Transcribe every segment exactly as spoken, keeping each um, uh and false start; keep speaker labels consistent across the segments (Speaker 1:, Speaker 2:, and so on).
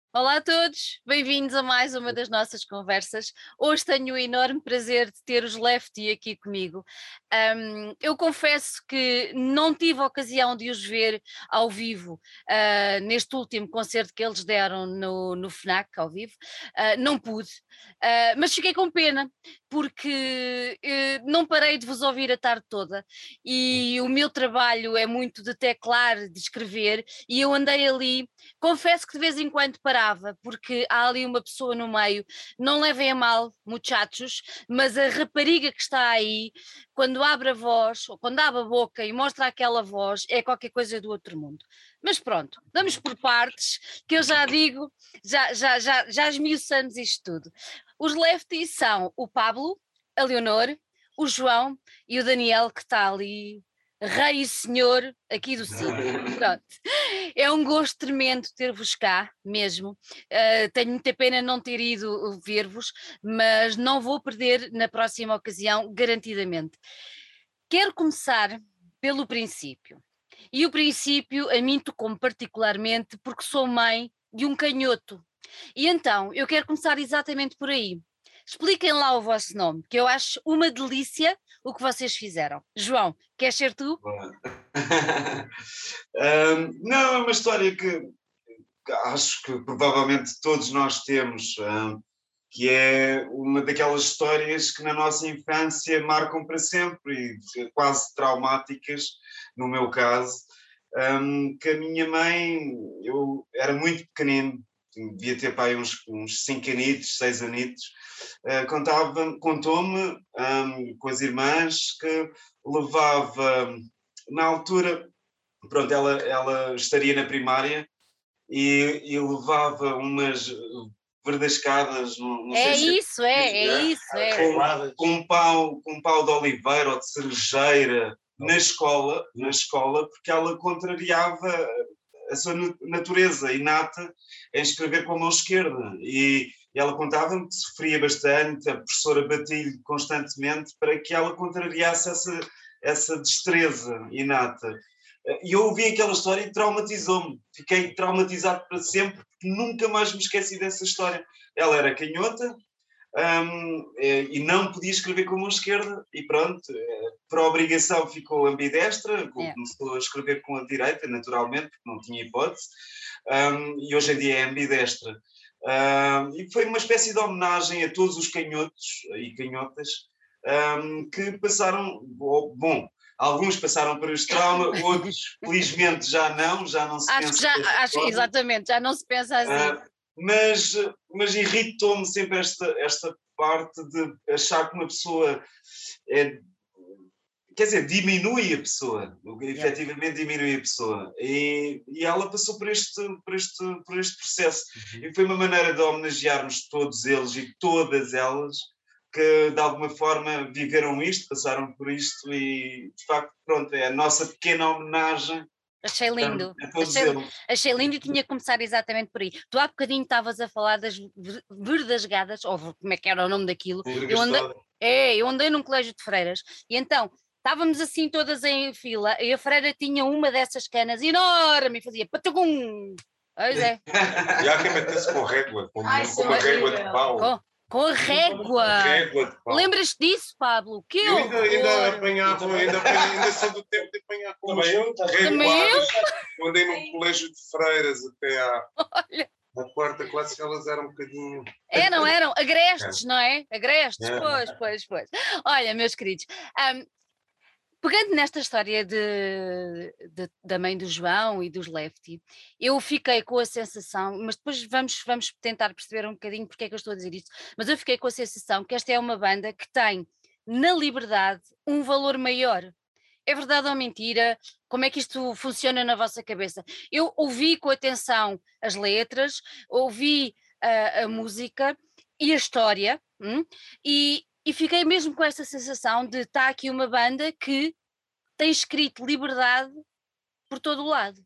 Speaker 1: Olá a todos, bem-vindos a mais uma das nossas conversas. Hoje tenho o enorme prazer de ter os Lefty aqui comigo. Um, eu confesso que não tive a ocasião de os ver ao vivo uh, neste último concerto que eles deram no, no FNAC ao vivo. Uh, não pude, uh, mas fiquei com pena porque uh, não parei de vos ouvir a tarde toda e o meu trabalho é muito de teclar, de escrever e eu andei ali. Confesso que de vez em quando parava, porque há ali uma pessoa no meio, não levem a mal, muchachos, mas a rapariga que está aí, quando abre a voz, ou quando abre a boca e mostra aquela voz, é qualquer coisa do outro mundo. Mas pronto, vamos por partes, que eu já digo, já, já, já, já esmiuçamos isto tudo. Os Lefty são o Pablo, a Leonor, o João e o Daniel, que está ali, rei e senhor aqui do sítio. Pronto. É um gosto tremendo ter-vos cá, mesmo. Uh, tenho muita pena não ter ido ver-vos, mas não vou perder na próxima ocasião, garantidamente. Quero começar pelo princípio. E o princípio a mim tocou-me particularmente porque sou mãe de um canhoto. E então, eu quero começar exatamente por aí. Expliquem lá o vosso nome, que eu acho uma delícia o que vocês fizeram. João, queres ser tu?
Speaker 2: um, não, é uma história que acho que provavelmente todos nós temos, um, que é uma daquelas histórias que na nossa infância marcam para sempre e quase traumáticas, no meu caso, um, que a minha mãe, eu era muito pequenino, devia ter pai uns, uns cinco anitos, seis anitos, uh, contava, contou-me um, com as irmãs que levava, na altura, pronto, ela, ela estaria na primária e, e levava umas verdascadas, não, não sei
Speaker 1: É
Speaker 2: se
Speaker 1: isso, é, é
Speaker 2: é,
Speaker 1: isso, é.
Speaker 2: com, com um pau, com um pau de oliveira ou de cerejeira na escola, na escola, porque ela contrariava a sua natureza inata em escrever com a mão esquerda. E, e ela contava-me que sofria bastante, a professora batia-lhe constantemente para que ela contrariasse essa, essa destreza inata. E eu ouvi aquela história e traumatizou-me. Fiquei traumatizado para sempre, porque nunca mais me esqueci dessa história. Ela era canhota, um, e não podia escrever com a mão esquerda, e pronto, por obrigação ficou ambidestra,
Speaker 1: É.
Speaker 2: começou a escrever com a direita, naturalmente, porque não tinha hipótese, um, e hoje em dia é ambidestra. Um, e foi uma espécie de homenagem a todos os canhotos e canhotas um, que passaram, bom, alguns passaram por este trauma, outros felizmente já não, já não se
Speaker 1: Acho que
Speaker 2: pensa
Speaker 1: já,
Speaker 2: dessa
Speaker 1: acho,
Speaker 2: forma.
Speaker 1: exatamente, já não se pensa assim.
Speaker 2: Uh, mas, mas irritou-me sempre esta, esta parte de achar que uma pessoa é, quer dizer, diminui a pessoa,
Speaker 1: Yep.
Speaker 2: efetivamente diminui a pessoa. E, e ela passou por este, por, este, por este processo. Uhum. E foi uma maneira de homenagearmos todos eles e todas elas que de alguma forma viveram isto, passaram por isto e de facto, pronto, é a nossa pequena homenagem.
Speaker 1: Achei lindo,
Speaker 2: A todos
Speaker 1: achei,
Speaker 2: eles.
Speaker 1: achei lindo e tinha que começar exatamente por aí. Tu há bocadinho estavas a falar das ver- verdasgadas, ou como é que era o nome daquilo. Eu andei, é, eu andei num colégio de freiras e então estávamos assim todas em fila e a freira tinha uma dessas canas enorme e fazia patugum. Pois é.
Speaker 3: E há quem metesse com régua, com,
Speaker 1: Ai,
Speaker 3: com uma régua de pau.
Speaker 1: Com, com a régua.
Speaker 3: Régua de pau.
Speaker 1: Lembras-te disso, Pablo? Que
Speaker 3: Eu ainda,
Speaker 1: horror!
Speaker 3: ainda apanhava, ainda, apanhei, ainda sou do tempo de apanhar com os
Speaker 1: Também eu?
Speaker 3: reguadas. Eu andei num colégio de freiras até à,
Speaker 1: Olha,
Speaker 3: à quarta classe, elas eram um bocadinho.
Speaker 1: eram, eram agrestes, não é? Agrestes,
Speaker 3: É.
Speaker 1: pois, pois, pois. Olha, meus queridos, hum, pegando nesta história de, de- da mãe do João e dos Lefty, eu fiquei com a sensação, mas depois vamos, vamos tentar perceber um bocadinho porque é que eu estou a dizer isto, mas eu fiquei com a sensação que esta é uma banda que tem, na liberdade, um valor maior. É verdade ou mentira? Como é que isto funciona na vossa cabeça? Eu ouvi com atenção as letras, ouvi a, a música e a história, hum, e, e fiquei mesmo com essa sensação de estar aqui uma banda que tem escrito liberdade por todo o lado.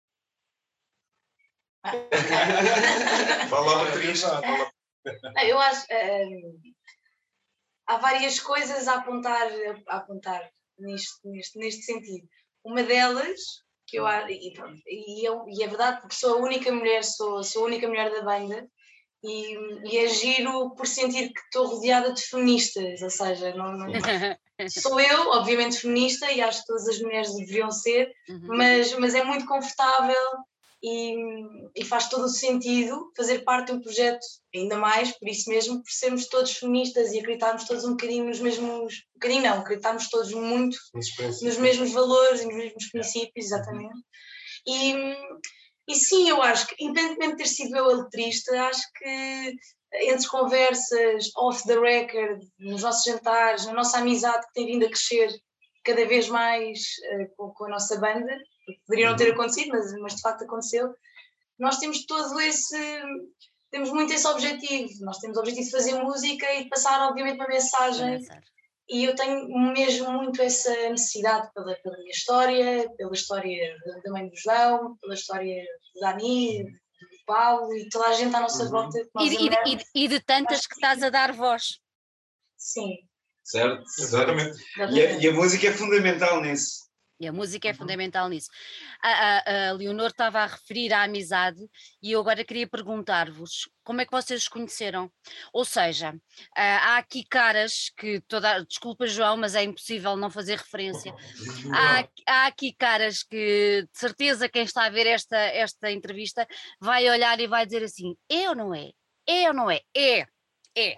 Speaker 3: Fala triste.
Speaker 4: Não, eu acho hum, há várias coisas a apontar, a apontar neste, neste, neste sentido. Uma delas que eu, e, pronto, e, eu, e é verdade porque sou a única mulher, sou, sou a única mulher da banda e, e é giro por sentir que estou rodeada de feministas, ou seja, não, não, sou eu, obviamente feminista e acho que todas as mulheres deveriam ser,
Speaker 1: Uhum.
Speaker 4: mas, mas é muito confortável e, e faz todo o sentido fazer parte de um projeto, ainda mais por isso mesmo, por sermos todos feministas e acreditarmos todos um bocadinho nos mesmos, um bocadinho não, acreditarmos todos muito nos mesmos valores e nos mesmos princípios, exatamente. E, e sim, eu acho que, independentemente de ter sido eu a letrista, acho que entre conversas, off the record, nos nossos jantares, na nossa amizade que tem vindo a crescer cada vez mais uh, com, com a nossa banda, poderia não ter acontecido, mas, mas de facto aconteceu, nós temos todo esse, temos muito esse objetivo, nós temos o objetivo de fazer música e de passar obviamente uma mensagem, e eu tenho mesmo muito essa necessidade pela, pela minha história, pela história da mãe do João, pela história do Dani, do Paulo e toda a gente à nossa
Speaker 2: Uhum.
Speaker 4: volta.
Speaker 1: E, e, de, e, de, e de tantas que estás a dar voz.
Speaker 4: Sim.
Speaker 2: Certo,
Speaker 3: Exatamente.
Speaker 2: E a, e a música é fundamental nisso.
Speaker 1: E a música é fundamental nisso. A, a, a Leonor estava a referir à amizade e eu agora queria perguntar-vos como é que vocês os conheceram? Ou seja, há aqui caras que toda, desculpa João, mas é impossível não fazer referência. Há, há aqui caras que de certeza quem está a ver esta, esta entrevista vai olhar e vai dizer assim, é ou não é? É ou não é? É. É, é.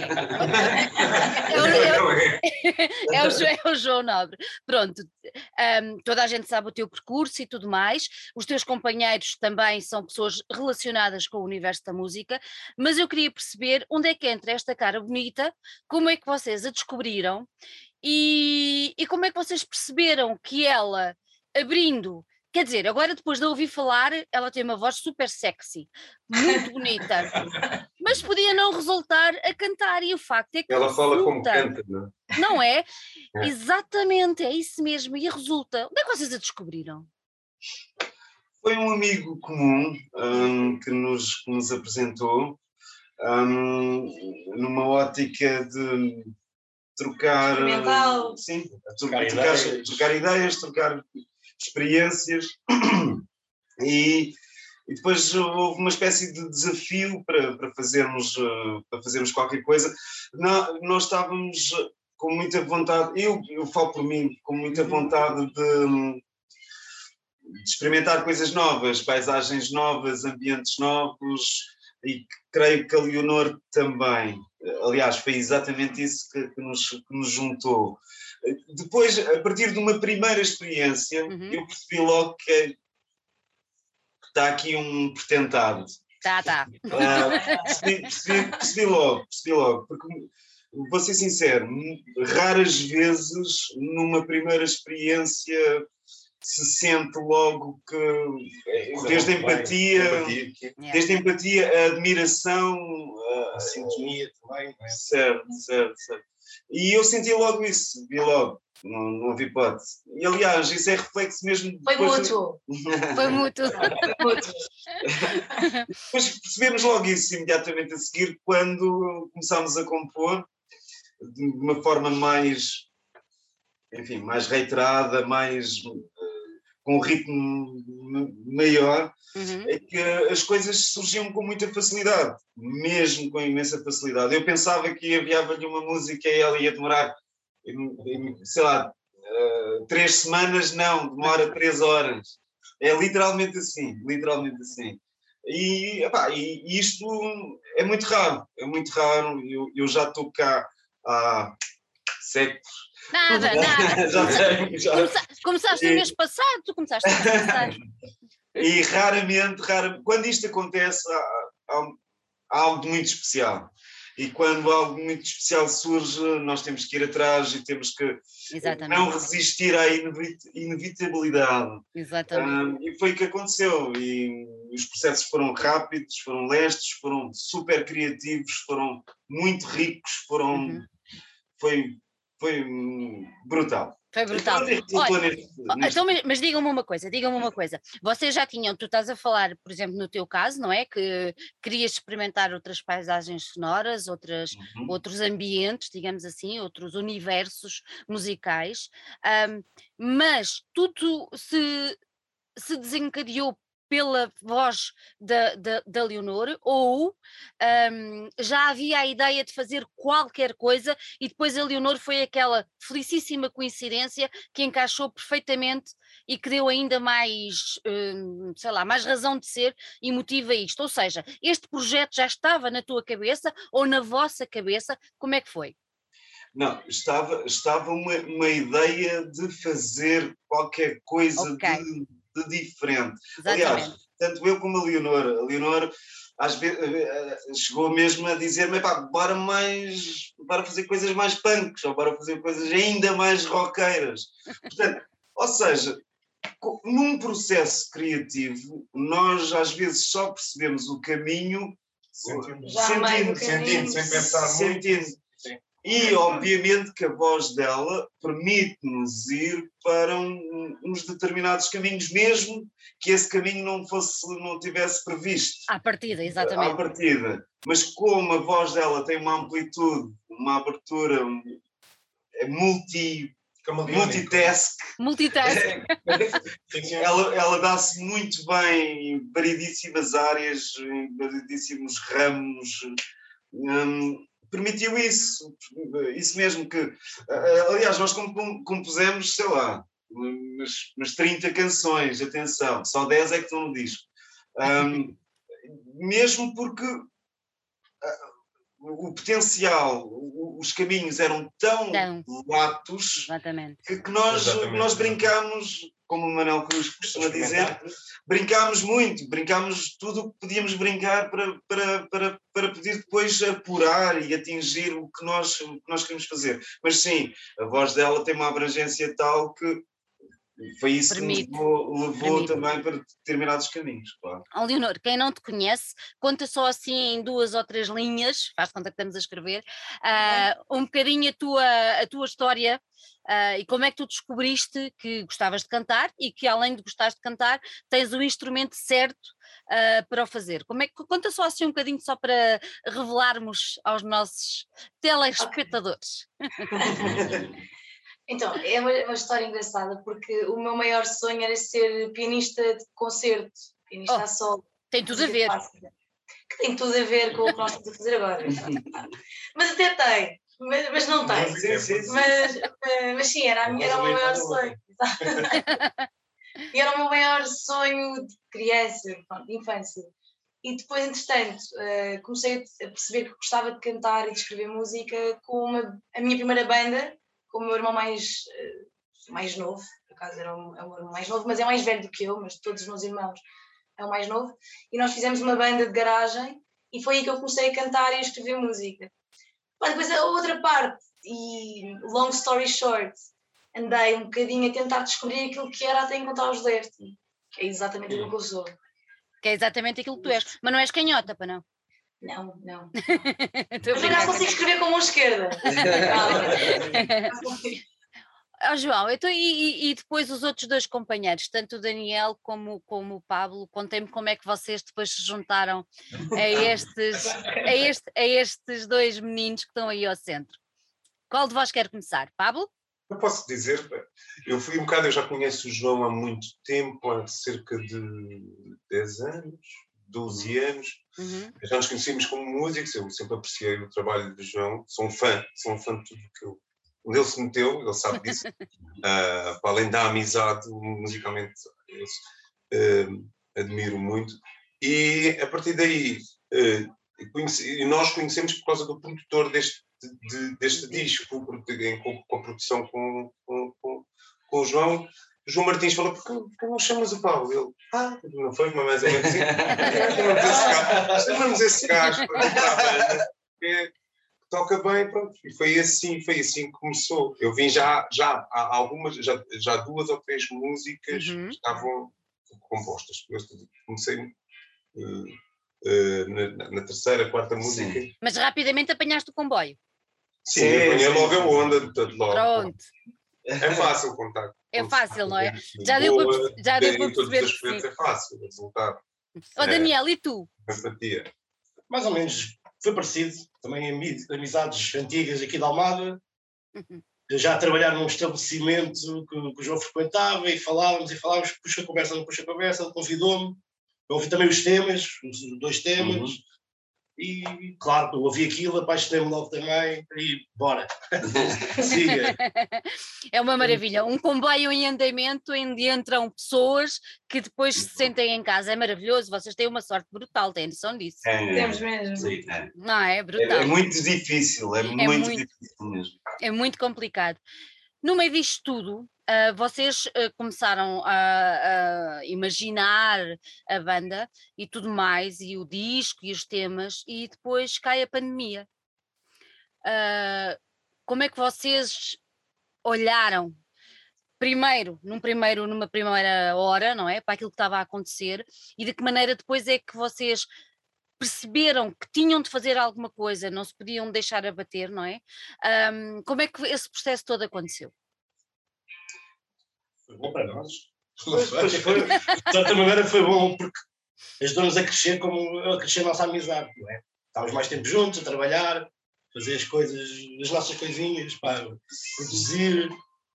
Speaker 1: É, o, é, o, é, o, João, é o João Nobre. Pronto, um, toda a gente sabe o teu percurso e tudo mais, os teus companheiros também são pessoas relacionadas com o universo da música, mas eu queria perceber onde é que entra esta cara bonita, como é que vocês a descobriram e, e como é que vocês perceberam que ela, abrindo. Quer dizer, agora depois de a ouvir falar, ela tem uma voz super sexy, muito bonita, mas podia não resultar a cantar e o facto é que
Speaker 3: ela
Speaker 1: resulta,
Speaker 3: fala como canta, não é?
Speaker 1: Não é?
Speaker 3: É.
Speaker 1: Exatamente, é isso mesmo, e resulta. Onde é que vocês a descobriram?
Speaker 2: Foi um amigo comum um, que, nos, que nos apresentou um, numa ótica de trocar, sim, trocar, trocar, ideias. trocar ideias, trocar experiências e, e depois houve uma espécie de desafio para, para, fazermos, para fazermos qualquer coisa. Não, nós estávamos com muita vontade, eu, eu falo por mim, com muita vontade de, de experimentar coisas novas, paisagens novas, ambientes novos, e creio que a Leonor também. Aliás, foi exatamente isso que, que, nos, que nos juntou. Depois, a partir de uma primeira experiência, uhum. eu percebi logo que está aqui um portentado.
Speaker 1: Tá, tá.
Speaker 2: Uh, percebi, percebi, percebi logo, percebi logo, porque, vou ser sincero, raras vezes numa primeira experiência se sente logo que, desde a empatia, desde a empatia, a admiração, a,
Speaker 3: a sintonia também.
Speaker 2: É? Certo, certo, certo. E eu senti logo isso, vi logo, não, não houve hipótese. E aliás, isso é reflexo mesmo.
Speaker 4: Foi mútuo.
Speaker 1: Foi mútuo.
Speaker 2: Depois percebemos logo isso imediatamente a seguir, quando começámos a compor de uma forma mais, enfim, mais reiterada, mais com um ritmo maior, uhum. é que as coisas surgiam com muita facilidade, mesmo com imensa facilidade. Eu pensava que enviava-lhe uma música e ela ia demorar, sei lá, uh, três semanas, não, demora três horas. É literalmente assim, literalmente assim. E, epá, e isto é muito raro, é muito raro. Eu, eu já estou cá há séculos.
Speaker 1: Nada, nada.
Speaker 2: já sei, já.
Speaker 1: Começa, começaste e... no mês passado, tu começaste no mês passado.
Speaker 2: E raramente, raramente, quando isto acontece, há, há, há algo de muito especial. E quando algo muito especial surge, nós temos que ir atrás e temos que Exatamente. não resistir à inevitabilidade.
Speaker 1: Exatamente.
Speaker 2: Um, e foi o que aconteceu. E os processos foram rápidos, foram lestes, foram super criativos, foram muito ricos, foram... Uhum. Foi... Foi brutal.
Speaker 1: Foi brutal. Olha, neste, neste... Então, mas, mas digam-me uma coisa, digam-me uma coisa. Vocês já tinham, tu estás a falar, por exemplo, no teu caso, não é? Que querias experimentar outras paisagens sonoras, outras, uhum. outros ambientes, digamos assim, outros universos musicais. Um, mas tudo se se desencadeou pela voz da, da, da Leonor, ou um, já havia a ideia de fazer qualquer coisa e depois a Leonor foi aquela felicíssima coincidência que encaixou perfeitamente e que deu ainda mais, um, sei lá, mais razão de ser e motiva isto. Ou seja, este projeto já estava na tua cabeça ou na vossa cabeça, como é que foi?
Speaker 2: Não, estava, estava uma, uma ideia de fazer qualquer coisa
Speaker 1: Ok.
Speaker 2: de, de diferente.
Speaker 1: Exatamente.
Speaker 2: Aliás, tanto eu como a Leonor, a Leonor às vezes chegou mesmo a dizer-me, pá, bora mais, bora fazer coisas mais punks, ou bora fazer coisas ainda mais roqueiras. Portanto, ou seja, num processo criativo, nós às vezes só percebemos o caminho
Speaker 3: Sentindo,
Speaker 4: Já meio
Speaker 2: sentindo,
Speaker 4: do caminho.
Speaker 3: sentindo, sem pensar muito.
Speaker 2: sentindo. E, obviamente, que a voz dela permite-nos ir para um- uns determinados caminhos, mesmo que esse caminho não fosse, não tivesse previsto
Speaker 1: À partida,
Speaker 2: à
Speaker 1: exatamente.
Speaker 2: partida. Mas como a voz dela tem uma amplitude, uma abertura, um- é multi, multitask,
Speaker 1: Multitasking.
Speaker 2: ela, ela dá-se muito bem em variedíssimas áreas, em variedíssimos ramos. Hum, permitiu isso, isso mesmo que, uh, aliás, nós compusemos, sei lá, umas, umas trinta canções, atenção, só dez é que estão no disco. Um, mesmo porque uh, o potencial, o, os caminhos eram tão
Speaker 1: Então,
Speaker 2: latos
Speaker 1: exatamente.
Speaker 2: que, que nós,
Speaker 3: Exatamente.
Speaker 2: nós brincámos, como o Manel Cruz costuma dizer, brincámos muito, brincámos tudo o que podíamos brincar para, para, para, para poder depois apurar e atingir o que, nós, o que nós queremos fazer. Mas sim, a voz dela tem uma abrangência tal que foi isso
Speaker 1: Permite,
Speaker 2: que nos levou, levou
Speaker 1: permite.
Speaker 2: também para determinados caminhos, claro.
Speaker 1: Oh, Leonor, quem não te conhece, conta só assim em duas ou três linhas, faz conta que estamos a escrever, uh, um bocadinho a tua, a tua história uh, e como é que tu descobriste que gostavas de cantar e que além de gostares de cantar tens o instrumento certo uh, para o fazer. Como é que, conta só assim um bocadinho só para revelarmos aos nossos telespectadores.
Speaker 4: Okay. Então, é uma, uma história engraçada porque o meu maior sonho era ser pianista de concerto, pianista
Speaker 1: Oh,
Speaker 4: a solo.
Speaker 1: Tem tudo a ver.
Speaker 4: Clássica, que tem tudo a ver com o que nós estamos a fazer agora. Mas até tem, mas, mas não tem.
Speaker 2: Sim, sim, sim.
Speaker 4: Mas, mas sim, era, a minha, era o meu maior sonho. E era o meu maior sonho de criança, de infância. E depois, entretanto, uh, comecei a perceber que gostava de cantar e de escrever música com uma, a minha primeira banda, com o meu irmão mais, uh, mais novo, por acaso era o, é o meu irmão mais novo, mas é mais velho do que eu, mas todos os meus irmãos é o mais novo, e nós fizemos uma banda de garagem e foi aí que eu comecei a cantar e a escrever música. Mas depois a outra parte, e long story short, andei um bocadinho a tentar descobrir aquilo que era até encontrar os Lerty, que é exatamente aquilo que eu sou.
Speaker 1: Que é exatamente aquilo que tu és, mas não és canhota, para não?
Speaker 4: Não, não. não.
Speaker 1: Mas
Speaker 4: já consigo escrever com a mão esquerda.
Speaker 1: Oh, João, então, e, e depois os outros dois companheiros, tanto o Daniel como, como o Pablo, contem-me como é que vocês depois se juntaram a estes, a, este, a estes dois meninos que estão aí ao centro. Qual de vós quer começar? Pablo?
Speaker 3: Eu posso dizer, eu fui um bocado, eu já conheço o João há muito tempo, há cerca de dez anos, doze anos.
Speaker 1: Uhum.
Speaker 3: Já nos conhecemos como músicos, eu sempre apreciei o trabalho do João, sou um fã, sou um fã de tudo que eu... Onde ele se meteu, ele sabe disso, uh, para além da amizade, musicalmente eu uh, admiro muito. E a partir daí, uh, conheci, nós conhecemos por causa do produtor deste, de, deste disco, com, com a produção com, com, com, com o João. O João Martins falou, por que não chamas o Paulo? Ele, ah, não foi, mas mais ou menos assim. Chamamos esse gajo para a banda, que toca bem, pronto. E foi assim, foi assim que começou. Eu vim já, já há algumas, já, já duas ou três músicas
Speaker 1: Uhum.
Speaker 3: que estavam compostas. Eu comecei uh, uh, na, na terceira, quarta música.
Speaker 2: Sim.
Speaker 1: Mas rapidamente apanhaste o comboio.
Speaker 3: Sim, sim, apanhei logo a onda de todo logo.
Speaker 1: Pronto.
Speaker 3: É fácil o contacto.
Speaker 1: É fácil, não é? Já deu para, já deu para perceber que sim.
Speaker 3: É fácil o resultado.
Speaker 1: Oh, Daniel, e tu?
Speaker 3: Empatia.
Speaker 5: Mais ou menos, foi parecido. Também amizades antigas aqui de Almada.
Speaker 1: Uhum.
Speaker 5: já a trabalhar num estabelecimento que, que o João frequentava e falávamos e falávamos, puxa a conversa, não puxa a conversa, ele convidou-me, eu ouvi também os temas, os dois temas, uhum. E claro, eu ouvi aquilo, apaixonei-me logo também e bora, siga.
Speaker 1: É uma maravilha, um comboio em andamento onde entram pessoas que depois se sentem em casa, é maravilhoso, vocês têm uma sorte brutal, têm noção disso?
Speaker 2: É,
Speaker 4: Temos mesmo.
Speaker 2: Sim, é.
Speaker 1: Não, é brutal.
Speaker 2: É, é muito difícil, é, é muito, muito difícil mesmo.
Speaker 1: É muito complicado. No meio disto tudo, uh, vocês uh, começaram a, a imaginar a banda e tudo mais, e o disco e os temas, e depois cai a pandemia. Uh, como é que vocês olharam, primeiro, num primeiro, numa primeira hora, não é, para aquilo que estava a acontecer, e de que maneira depois é que vocês perceberam que tinham de fazer alguma coisa, não se podiam deixar abater, não é? Um, como é que esse processo todo aconteceu?
Speaker 5: Foi bom para nós. Pois, pois foi. De certa maneira foi bom porque ajudou-nos a crescer como a crescer a nossa amizade, não é? Estávamos mais tempo juntos, a trabalhar, fazer as coisas, as nossas coisinhas, para produzir.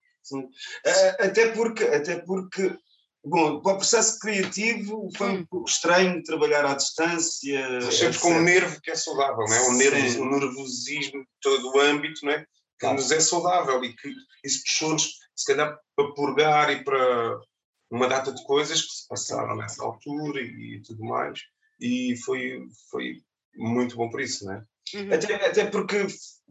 Speaker 2: Até porque, até porque bom, para o processo criativo foi um pouco estranho trabalhar à distância.
Speaker 3: Mas sempre com um nervo que é saudável, não é? O, nervo, o nervosismo de todo o âmbito, não é? Que claro. Nos é saudável e que isso puxou-nos, se calhar, para purgar e para uma data de coisas que se passaram nessa altura e, e tudo mais. E foi, foi muito bom por isso, não é?
Speaker 2: Uhum. Até, até porque,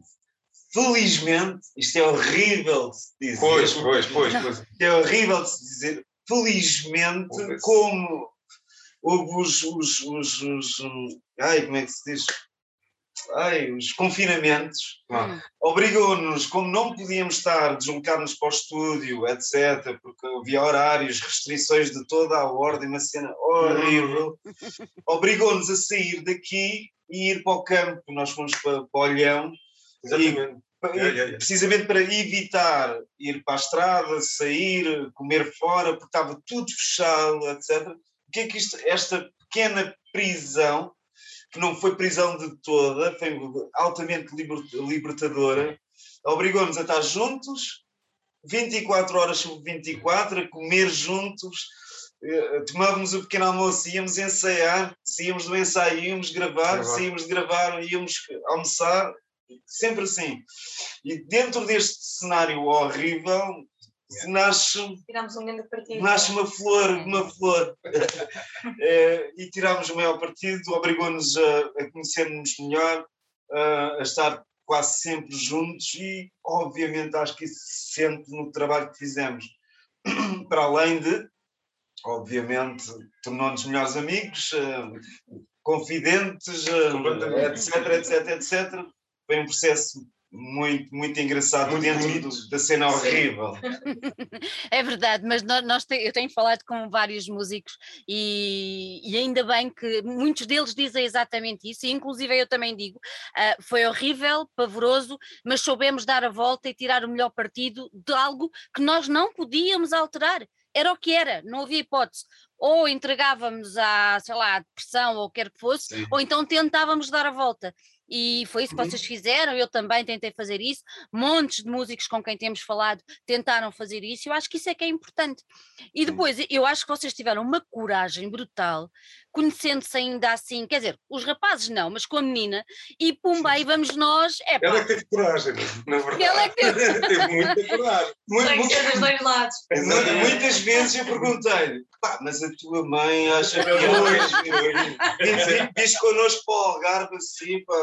Speaker 2: felizmente, isto é horrível de se dizer.
Speaker 3: Pois, pois, pois. pois.
Speaker 2: É horrível de se dizer. Felizmente, como houve os, os, os, os, ai, como é que se diz? Ai, os confinamentos, hum. obrigou-nos, como não podíamos estar, deslocar-nos para o estúdio, etcétera, porque havia horários, restrições de toda a ordem, uma cena horrível, hum. obrigou-nos a sair daqui e ir para o campo. Nós fomos para, para o Olhão,
Speaker 3: exatamente.
Speaker 2: E, Yeah, yeah, yeah. Precisamente para evitar ir para a estrada, sair, comer fora, porque estava tudo fechado, etcétera. O que é que isto, esta pequena prisão, que não foi prisão de toda, foi altamente libertadora, obrigou-nos a estar juntos, vinte e quatro horas sobre vinte e quatro, a comer juntos, tomávamos o pequeno almoço, íamos ensaiar, saíamos do ensaio, íamos gravar, saíamos de gravar, íamos almoçar, sempre assim. E dentro deste cenário horrível nasce,
Speaker 4: tiramos um grande partido.
Speaker 2: Nasce uma flor, uma flor. é, e tirámos o maior partido, obrigou-nos a, a conhecermos melhor, a, a estar quase sempre juntos e, obviamente, acho que isso se sente no trabalho que fizemos. Para além de, obviamente, tornou-nos melhores amigos, uh, confidentes, uh, etc, etc, etcétera. Foi um processo muito, muito engraçado muito, dentro muito. Da cena horrível.
Speaker 1: É verdade, mas nós, nós te, eu tenho falado com vários músicos e, e ainda bem que muitos deles dizem exatamente isso, e inclusive eu também digo, uh, foi horrível, pavoroso, mas soubemos dar a volta e tirar o melhor partido de algo que nós não podíamos alterar. Era o que era, não havia hipótese. Ou entregávamos à, sei lá, à depressão ou o que quer que fosse, sim. Ou então tentávamos dar a volta. E foi isso que vocês fizeram, eu também tentei fazer isso, montes de músicos com quem temos falado tentaram fazer isso, eu acho que isso é que é importante. E depois, eu acho que vocês tiveram uma coragem brutal, conhecendo-se ainda assim, quer dizer, os rapazes não, mas com a menina, e pumba, aí vamos nós, é pá.
Speaker 3: Ela é que teve coragem, na verdade.
Speaker 1: Ela é que teve,
Speaker 3: teve muita coragem.
Speaker 4: Muito, muito, ser dos dois lados.
Speaker 2: Muitas vezes eu perguntei-lhe, pá, mas a tua mãe acha que hoje diz connosco para o Algarve assim, pá,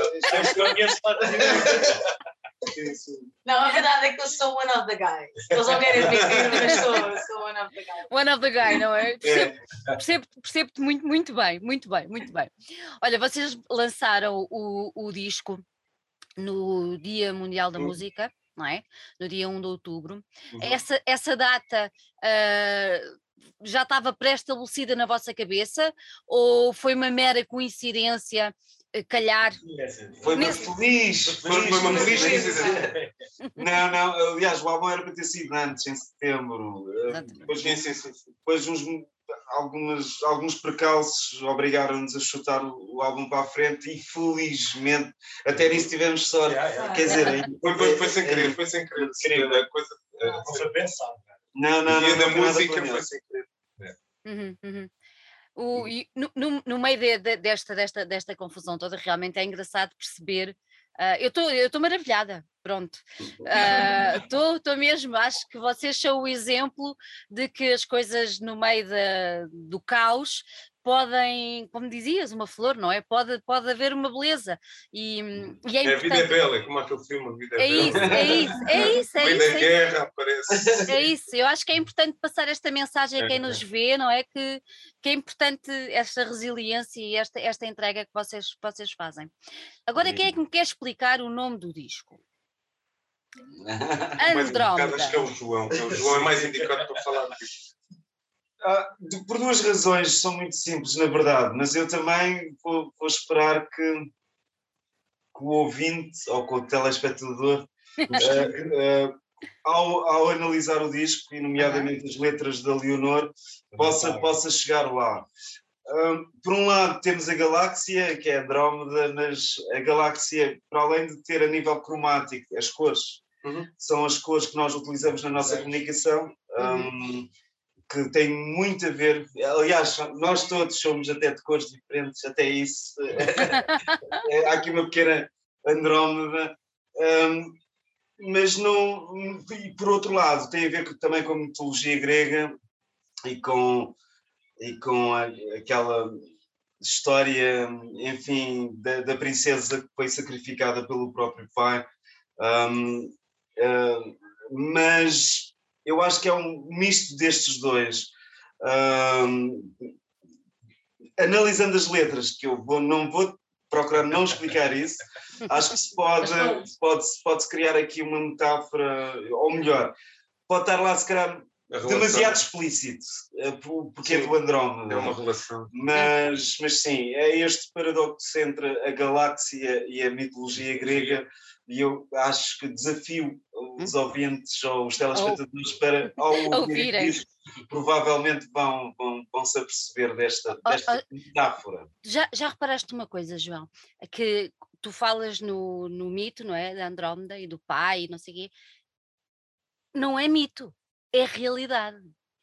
Speaker 4: não, a verdade é que eu sou one of the guys. Eles não querem admitir, mas sou, sou one of the guys.
Speaker 1: One of the guys, não é? Percebo-te percebo, percebo muito, muito bem, muito bem, muito bem. Olha, vocês lançaram o, o disco no Dia Mundial da Música, não é? No dia um de outubro. Uhum. Essa, essa data uh, já estava pré-estabelecida na vossa cabeça ou foi uma mera coincidência? Calhar.
Speaker 2: Foi uma feliz,
Speaker 3: foi, foi uma feliz.
Speaker 2: Não, não, aliás, o álbum era para ter sido antes, em setembro. Depois, sim, sim, sim. Depois uns, algumas, alguns percalços obrigaram-nos a chutar o, o álbum para a frente e felizmente até nisso tivemos sorte.
Speaker 5: Yeah, yeah.
Speaker 2: Quer dizer, é,
Speaker 3: Foi, foi, foi sem querer, foi sem querer.
Speaker 2: Incrível.
Speaker 3: A coisa,
Speaker 5: Não foi pensado.
Speaker 2: Não, não,
Speaker 3: e
Speaker 2: não.
Speaker 3: na
Speaker 2: não foi nada
Speaker 3: música
Speaker 2: planeado.
Speaker 3: foi sem querer.
Speaker 1: Uhum, uhum. O, e no, no, no meio de, de, desta, desta, desta confusão toda, realmente é engraçado perceber. Uh, eu estou eu estou maravilhada, pronto. Estou uh, mesmo, acho que vocês são o exemplo de que as coisas no meio da, do caos podem, como dizias, uma flor, não é? Pode, pode haver uma beleza. E, e é
Speaker 3: É, a vida é
Speaker 1: importante.
Speaker 3: bela, é como aquele filme, A Vida é,
Speaker 1: É
Speaker 3: Bela.
Speaker 1: isso, é isso, é isso, é
Speaker 3: No meio
Speaker 1: isso.
Speaker 3: da
Speaker 1: É
Speaker 3: guerra aparece.
Speaker 1: É isso, eu acho que é importante passar esta mensagem a quem nos vê, não é? Que, que é importante esta resiliência e esta, esta entrega que vocês, que vocês fazem. Agora, quem é que me quer explicar o nome do disco?
Speaker 3: Mais indicado,
Speaker 1: Andrómeda.
Speaker 3: acho que é o João. que O João é mais indicado para falar disso.
Speaker 2: Ah, de- por duas razões, são muito simples, na verdade, mas eu também vou, vou esperar que, que o ouvinte ou que o telespectador, ah, ah, ao, ao analisar o disco, e nomeadamente as letras da Leonor, possa, possa chegar lá. Ah, por um lado temos a galáxia, que é a Andrómeda, mas a galáxia, para além de ter a nível cromático as cores,
Speaker 3: Uhum.
Speaker 2: são as cores que nós utilizamos na nossa comunicação, um, que tem muito a ver, aliás, nós todos somos até de cores diferentes, até isso, é, há aqui uma pequena Andrómeda, um, mas não, e por outro lado, tem a ver com, também com a mitologia grega e com, e com a, aquela história, enfim, da, da princesa que foi sacrificada pelo próprio pai, um, uh, mas eu acho que é um misto destes dois. Um, analisando as letras, que eu vou, não vou procurar não explicar isso, acho que se pode, pode, pode criar aqui uma metáfora, ou melhor, pode estar lá se calhar demasiado explícito, porque sim, é do Andrómeda.
Speaker 3: É uma relação.
Speaker 2: Mas, mas sim, é este paradoxo entre a galáxia e a mitologia grega, e eu acho que desafio os ouvintes ou os telespectadores para, ao ouvirem isto, provavelmente vão, vão, vão se aperceber desta, desta oh, oh, metáfora.
Speaker 1: Já, já reparaste uma coisa, João? Que tu falas no, no mito, não é? Da Andrómeda e do pai e não sei o quê. Não é mito, é realidade.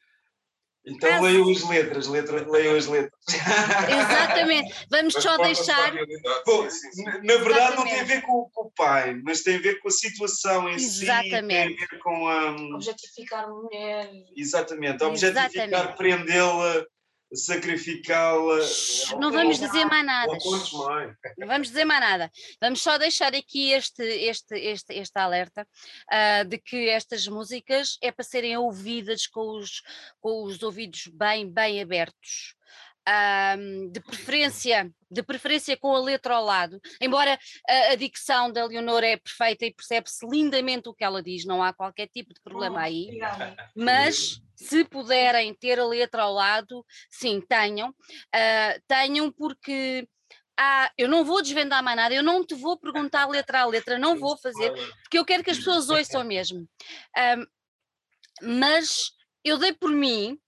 Speaker 2: Então leiam as letras, letra, leiam as letras.
Speaker 1: Exatamente, vamos mas só deixar...
Speaker 2: Bom, na verdade exatamente, não tem a ver com, com o pai, mas tem a ver com a situação em
Speaker 1: exatamente,
Speaker 2: si, tem a ver com a...
Speaker 4: Objetificar a mulher.
Speaker 2: Exatamente, objetificar, prendê-la, sacrificá-la.
Speaker 1: Não vamos dizer mais nada. Não vamos dizer mais nada. Vamos só deixar aqui este, este, este, este alerta uh, de que estas músicas é para serem ouvidas com os, com os ouvidos bem, bem abertos. Um, de preferência, de preferência com a letra ao lado, embora a, a dicção da Leonor é perfeita e percebe-se lindamente o que ela diz, não há qualquer tipo de problema aí, mas se puderem ter a letra ao lado, sim, tenham, uh, tenham porque ah, eu não vou desvendar mais nada, eu não te vou perguntar letra a letra, não vou fazer, porque eu quero que as pessoas ouçam mesmo, um, mas eu dei por mim.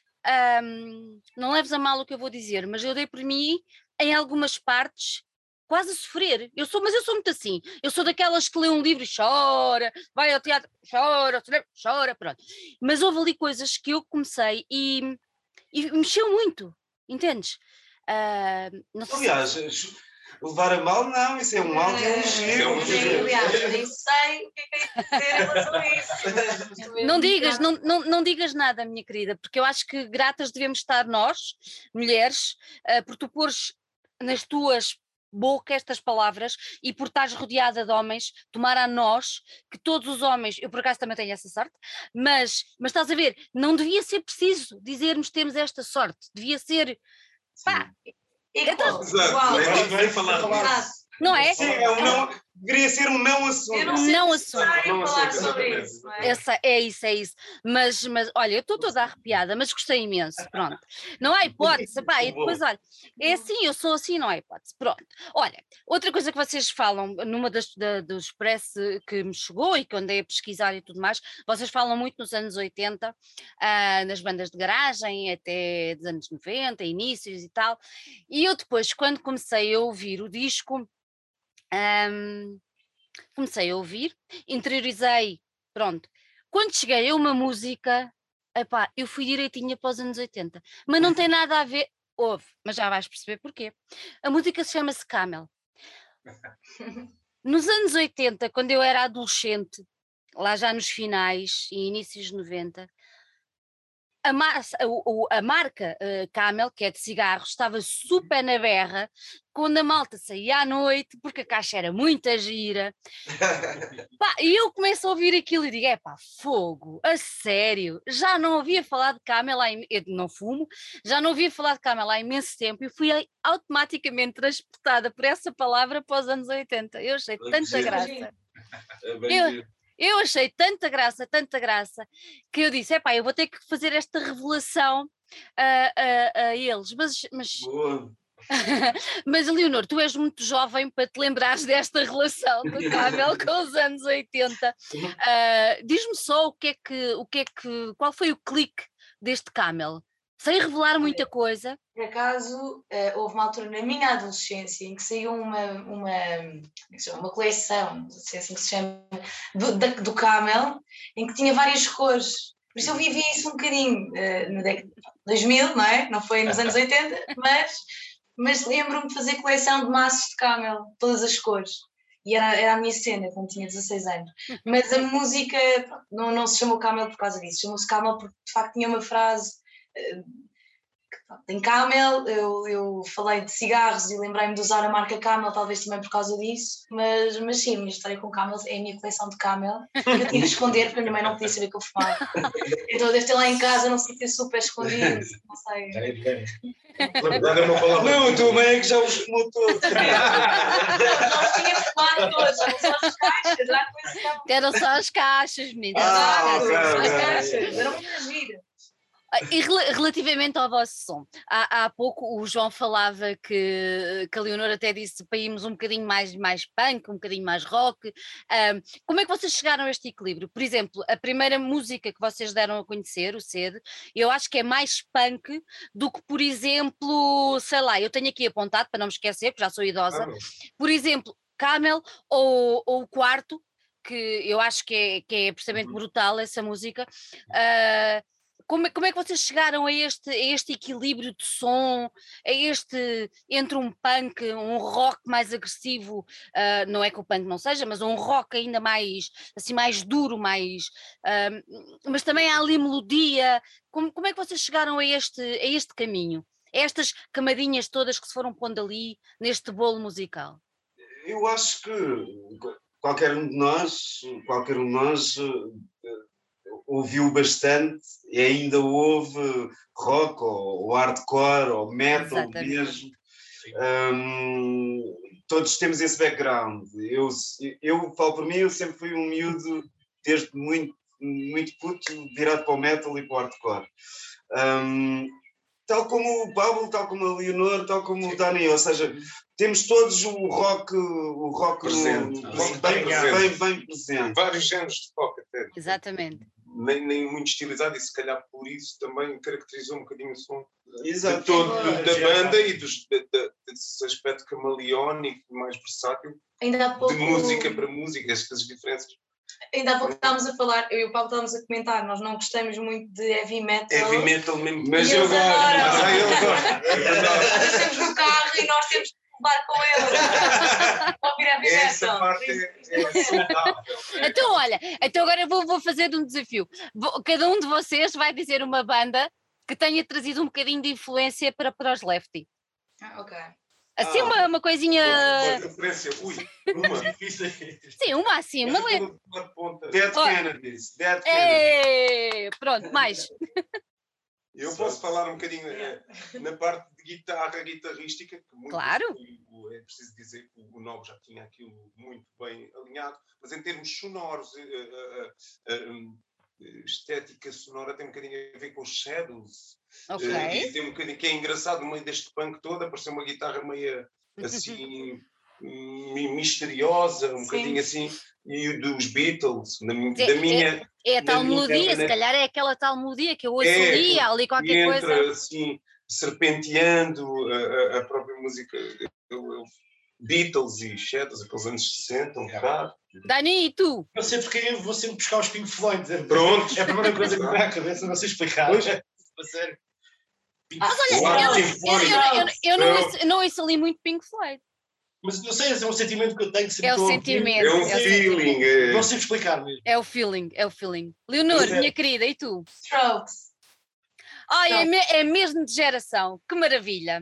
Speaker 1: Um, não leves a mal o que eu vou dizer, mas eu dei por mim em algumas partes quase a sofrer. Eu sou, mas eu sou muito assim. Eu sou daquelas que lê um livro e chora, vai ao teatro, chora, chora, pronto. Mas houve ali coisas que eu comecei e, e mexeu muito, entendes? Uh, não sei
Speaker 2: Aliás,
Speaker 1: se...
Speaker 2: levar a mal, não, isso é um mal de elogio.
Speaker 4: Aliás, eu nem sei o que é que é dizer em relação a isso.
Speaker 1: Não digas, não, não, não digas nada, minha querida, porque eu acho que gratas devemos estar nós, mulheres, uh, por tu pôres nas tuas boca estas palavras e por estares rodeada de homens, tomar a nós, que todos os homens, eu por acaso também tenho essa sorte, mas, mas estás a ver, não devia ser preciso dizermos que temos esta sorte, devia ser, pá...
Speaker 4: Então,
Speaker 3: exato, nem falar disso.
Speaker 1: Não é?
Speaker 2: Sim, é um não, deveria ser um não assunto.
Speaker 4: Eu não
Speaker 1: Um
Speaker 4: sei
Speaker 1: não
Speaker 4: se é
Speaker 1: assunto.
Speaker 4: necessário
Speaker 3: Não
Speaker 4: falar
Speaker 3: assunto,
Speaker 4: sobre
Speaker 3: exatamente.
Speaker 4: isso, não é?
Speaker 1: Essa, é isso, é isso. Mas, mas olha, eu estou toda arrepiada, mas gostei imenso. Pronto. Não há hipótese. Pá, e depois, olha, é assim, eu sou assim, não há hipótese. Pronto. Olha, outra coisa que vocês falam numa das da, do Expresso que me chegou e que eu andei a pesquisar e tudo mais, vocês falam muito nos anos oitenta, ah, nas bandas de garagem, até dos anos noventa, inícios e tal. E eu depois, quando comecei a ouvir o disco, ahm, comecei a ouvir, interiorizei, pronto. Quando cheguei a uma música, epá, eu fui direitinha para os anos oitenta, mas não tem nada a ver, houve, mas já vais perceber porquê. A música chama-se Camel. Nos anos oitenta, quando eu era adolescente, lá já nos finais e inícios de noventa, a, massa, o- o- a marca eh, Camel, que é de cigarros, estava super na berra quando a malta saía à noite, porque a caixa era muita gira. Pá, e eu começo a ouvir aquilo e digo: é pá, fogo, a sério, já não ouvia falar de Camel há, im- eu não fumo, já não ouvia falar de Camel há imenso tempo e fui ai- automaticamente transportada por essa palavra para os anos oitenta. Eu achei
Speaker 2: Olha que
Speaker 1: tanta
Speaker 2: giro.
Speaker 1: graça.
Speaker 2: É bem
Speaker 1: Eu,
Speaker 2: giro.
Speaker 1: eu achei tanta graça, tanta graça, que eu disse: epá, eu vou ter que fazer esta revelação a, a- a eles. Mas, mas,
Speaker 2: Boa.
Speaker 1: mas, Leonor, tu és muito jovem para te lembrares desta relação do Camel com os anos oitenta. Ah, diz-me só o que é que, o que é que, qual foi o clique deste Camel? Sem revelar muita coisa.
Speaker 4: Por acaso, eh, houve uma altura na minha adolescência em que saiu uma, uma, como é que se chama? Uma coleção, não sei assim que se chama, do, da- do Camel, em que tinha várias cores. Por isso eu vivi isso um bocadinho eh, no década de dois mil, não é? Não foi nos anos oitenta, mas, mas lembro-me de fazer coleção de maços de Camel, todas as cores. E era, era a minha cena quando tinha dezasseis anos. Mas a música pronto, não, não se chamou Camel por causa disso, chamou-se Camel porque de facto tinha uma frase. eh, Em Camel, eu, eu falei de cigarros e lembrei-me de usar a marca Camel, talvez também por causa disso, mas, mas sim, a minha história com Camel é a minha coleção de Camel, que eu tive de esconder porque a minha mãe não podia saber que eu fumava. Então eu devo ter lá em casa num sítio super escondido, não sei.
Speaker 5: Já é bem.
Speaker 3: Na verdade é uma palavra.
Speaker 2: Não, a tua mãe é que já os fumou todos.
Speaker 4: Nós tínhamos fumado todos, eram só as caixas, era a coisa que estava.
Speaker 1: Eram só as caixas, meninas.
Speaker 2: Ah,
Speaker 1: as caixas.
Speaker 2: ok,
Speaker 4: As
Speaker 2: ok.
Speaker 4: caixas, eram muito giras.
Speaker 1: Ah, E rela- relativamente ao vosso som, há, há pouco o João falava que, que a Leonor até disse para irmos um bocadinho mais, mais punk, um bocadinho mais rock. Ahm, como é que vocês chegaram a este equilíbrio? Por exemplo, a primeira música que vocês deram a conhecer, o Sede, eu acho que é mais punk do que, por exemplo, sei lá, eu tenho aqui apontado para não me esquecer, porque já sou idosa, por exemplo, Camel ou, ou o Quarto, que eu acho que é, que é absolutamente brutal essa música. Ah, como, é- como é que vocês chegaram a este, a este equilíbrio de som, a este entre um punk, um rock mais agressivo, ah, não é que o punk não seja, mas um rock ainda mais assim mais duro, mais, ah, mas também há ali melodia. Como, como é que vocês chegaram a este, a este caminho? A estas camadinhas todas que se foram pondo ali neste bolo musical?
Speaker 2: Eu acho que qualquer um de nós, qualquer um de nós eh, ouviu bastante e ainda ouve rock ou, ou hardcore ou metal
Speaker 1: Exatamente.
Speaker 2: mesmo. Hum, todos temos esse background. Eu, eu falo por mim, eu sempre fui um miúdo desde muito, muito puto virado para o metal e para o hardcore. Hum, tal como o Pablo, tal como a Leonor, tal como o Dani, ou seja, temos todos o rock, o rock
Speaker 3: Presente.
Speaker 2: no-
Speaker 3: Rock
Speaker 2: bem,
Speaker 3: bem
Speaker 2: bem, bem presente.
Speaker 3: Vários géneros de rock até.
Speaker 1: Exatamente.
Speaker 3: Nem, nem muito estilizado e se calhar por isso também caracterizou um bocadinho o som de
Speaker 2: Exato.
Speaker 3: todo, da banda e dos, de, de, desse aspecto camaleónico, mais versátil,
Speaker 4: Ainda há pouco,
Speaker 3: de música para música, estas diferenças.
Speaker 4: ainda há pouco estávamos a falar, eu e o Paulo estávamos a comentar, nós não gostamos muito de heavy metal.
Speaker 3: Heavy metal mesmo.
Speaker 2: Mas
Speaker 4: E
Speaker 2: eu
Speaker 4: eles
Speaker 2: gosto.
Speaker 4: adoram.
Speaker 3: Mas aí eu gosto. É verdade.
Speaker 4: Nós estamos no carro e nós temos que levar com eles para ouvir heavy
Speaker 3: Essa
Speaker 4: metal.
Speaker 3: parte é, é saudável.
Speaker 1: Então, olha, então agora vou, vou fazer um desafio. Vou- cada um de vocês vai dizer uma banda que tenha trazido um bocadinho de influência para, para os Lefty.
Speaker 4: Ah, ok.
Speaker 1: Assim,
Speaker 2: Ah.
Speaker 1: uma, uma coisinha.
Speaker 3: Uma referência. Ui, uma.
Speaker 1: Sim, uma assim, uma letra.
Speaker 3: Uma ponta.
Speaker 2: Dead
Speaker 1: Olha.
Speaker 2: Kennedys. Dead Kennedys.
Speaker 1: Ei, pronto, mais.
Speaker 3: Eu posso falar um bocadinho eh, na parte de guitarra guitarrística, que muito
Speaker 1: Claro.
Speaker 3: o- é preciso dizer que o Novo já tinha aquilo muito bem alinhado, mas em termos sonoros, eh, eh, eh, um, estética sonora tem um bocadinho a ver com os shadows.
Speaker 1: Ok.
Speaker 3: Eh, e tem um bocadinho que é engraçado, no meio deste punk todo, apareceu uma guitarra meio assim mi- misteriosa, um
Speaker 4: Sim.
Speaker 3: bocadinho assim, e o dos Beatles, na, mi-
Speaker 1: É-
Speaker 3: da minha.
Speaker 1: É a tal
Speaker 3: na minha
Speaker 1: melodia, se
Speaker 3: maneira-
Speaker 1: calhar é aquela tal melodia que eu ouço
Speaker 3: É,
Speaker 1: ali, há ali
Speaker 3: que
Speaker 1: qualquer
Speaker 3: entra
Speaker 1: coisa.
Speaker 3: assim, serpenteando a, a- a própria música. Eu- eu- Beatles e Shadows, aqueles anos sessenta, um bocado.
Speaker 1: Dani, e tu?
Speaker 5: Eu sei porque eu vou sempre buscar os Pink Floyd.
Speaker 3: Pronto.
Speaker 5: É a primeira coisa que me vem à cabeça, não sei explicar.
Speaker 3: Pois.
Speaker 5: A sério. Pink
Speaker 4: Ah,
Speaker 5: Floyd.
Speaker 3: olha,
Speaker 1: Eu,
Speaker 3: Sim,
Speaker 1: eu-
Speaker 3: foi.
Speaker 1: eu- eu- eu não
Speaker 3: Não.
Speaker 1: ouço, não ouço ali muito Pink Floyd.
Speaker 5: Mas não sei, esse é um sentimento que eu tenho. Sempre
Speaker 1: É o
Speaker 5: estou a ouvir.
Speaker 1: sentimento.
Speaker 3: É um
Speaker 1: É o
Speaker 3: feeling. é-
Speaker 5: Não sei explicar mesmo.
Speaker 1: É o feeling, é o feeling. Leonor,
Speaker 3: Mas é-
Speaker 1: minha querida, e tu?
Speaker 4: Strokes.
Speaker 1: Ai, é,
Speaker 4: Não.
Speaker 1: me- é mesmo de geração, que maravilha.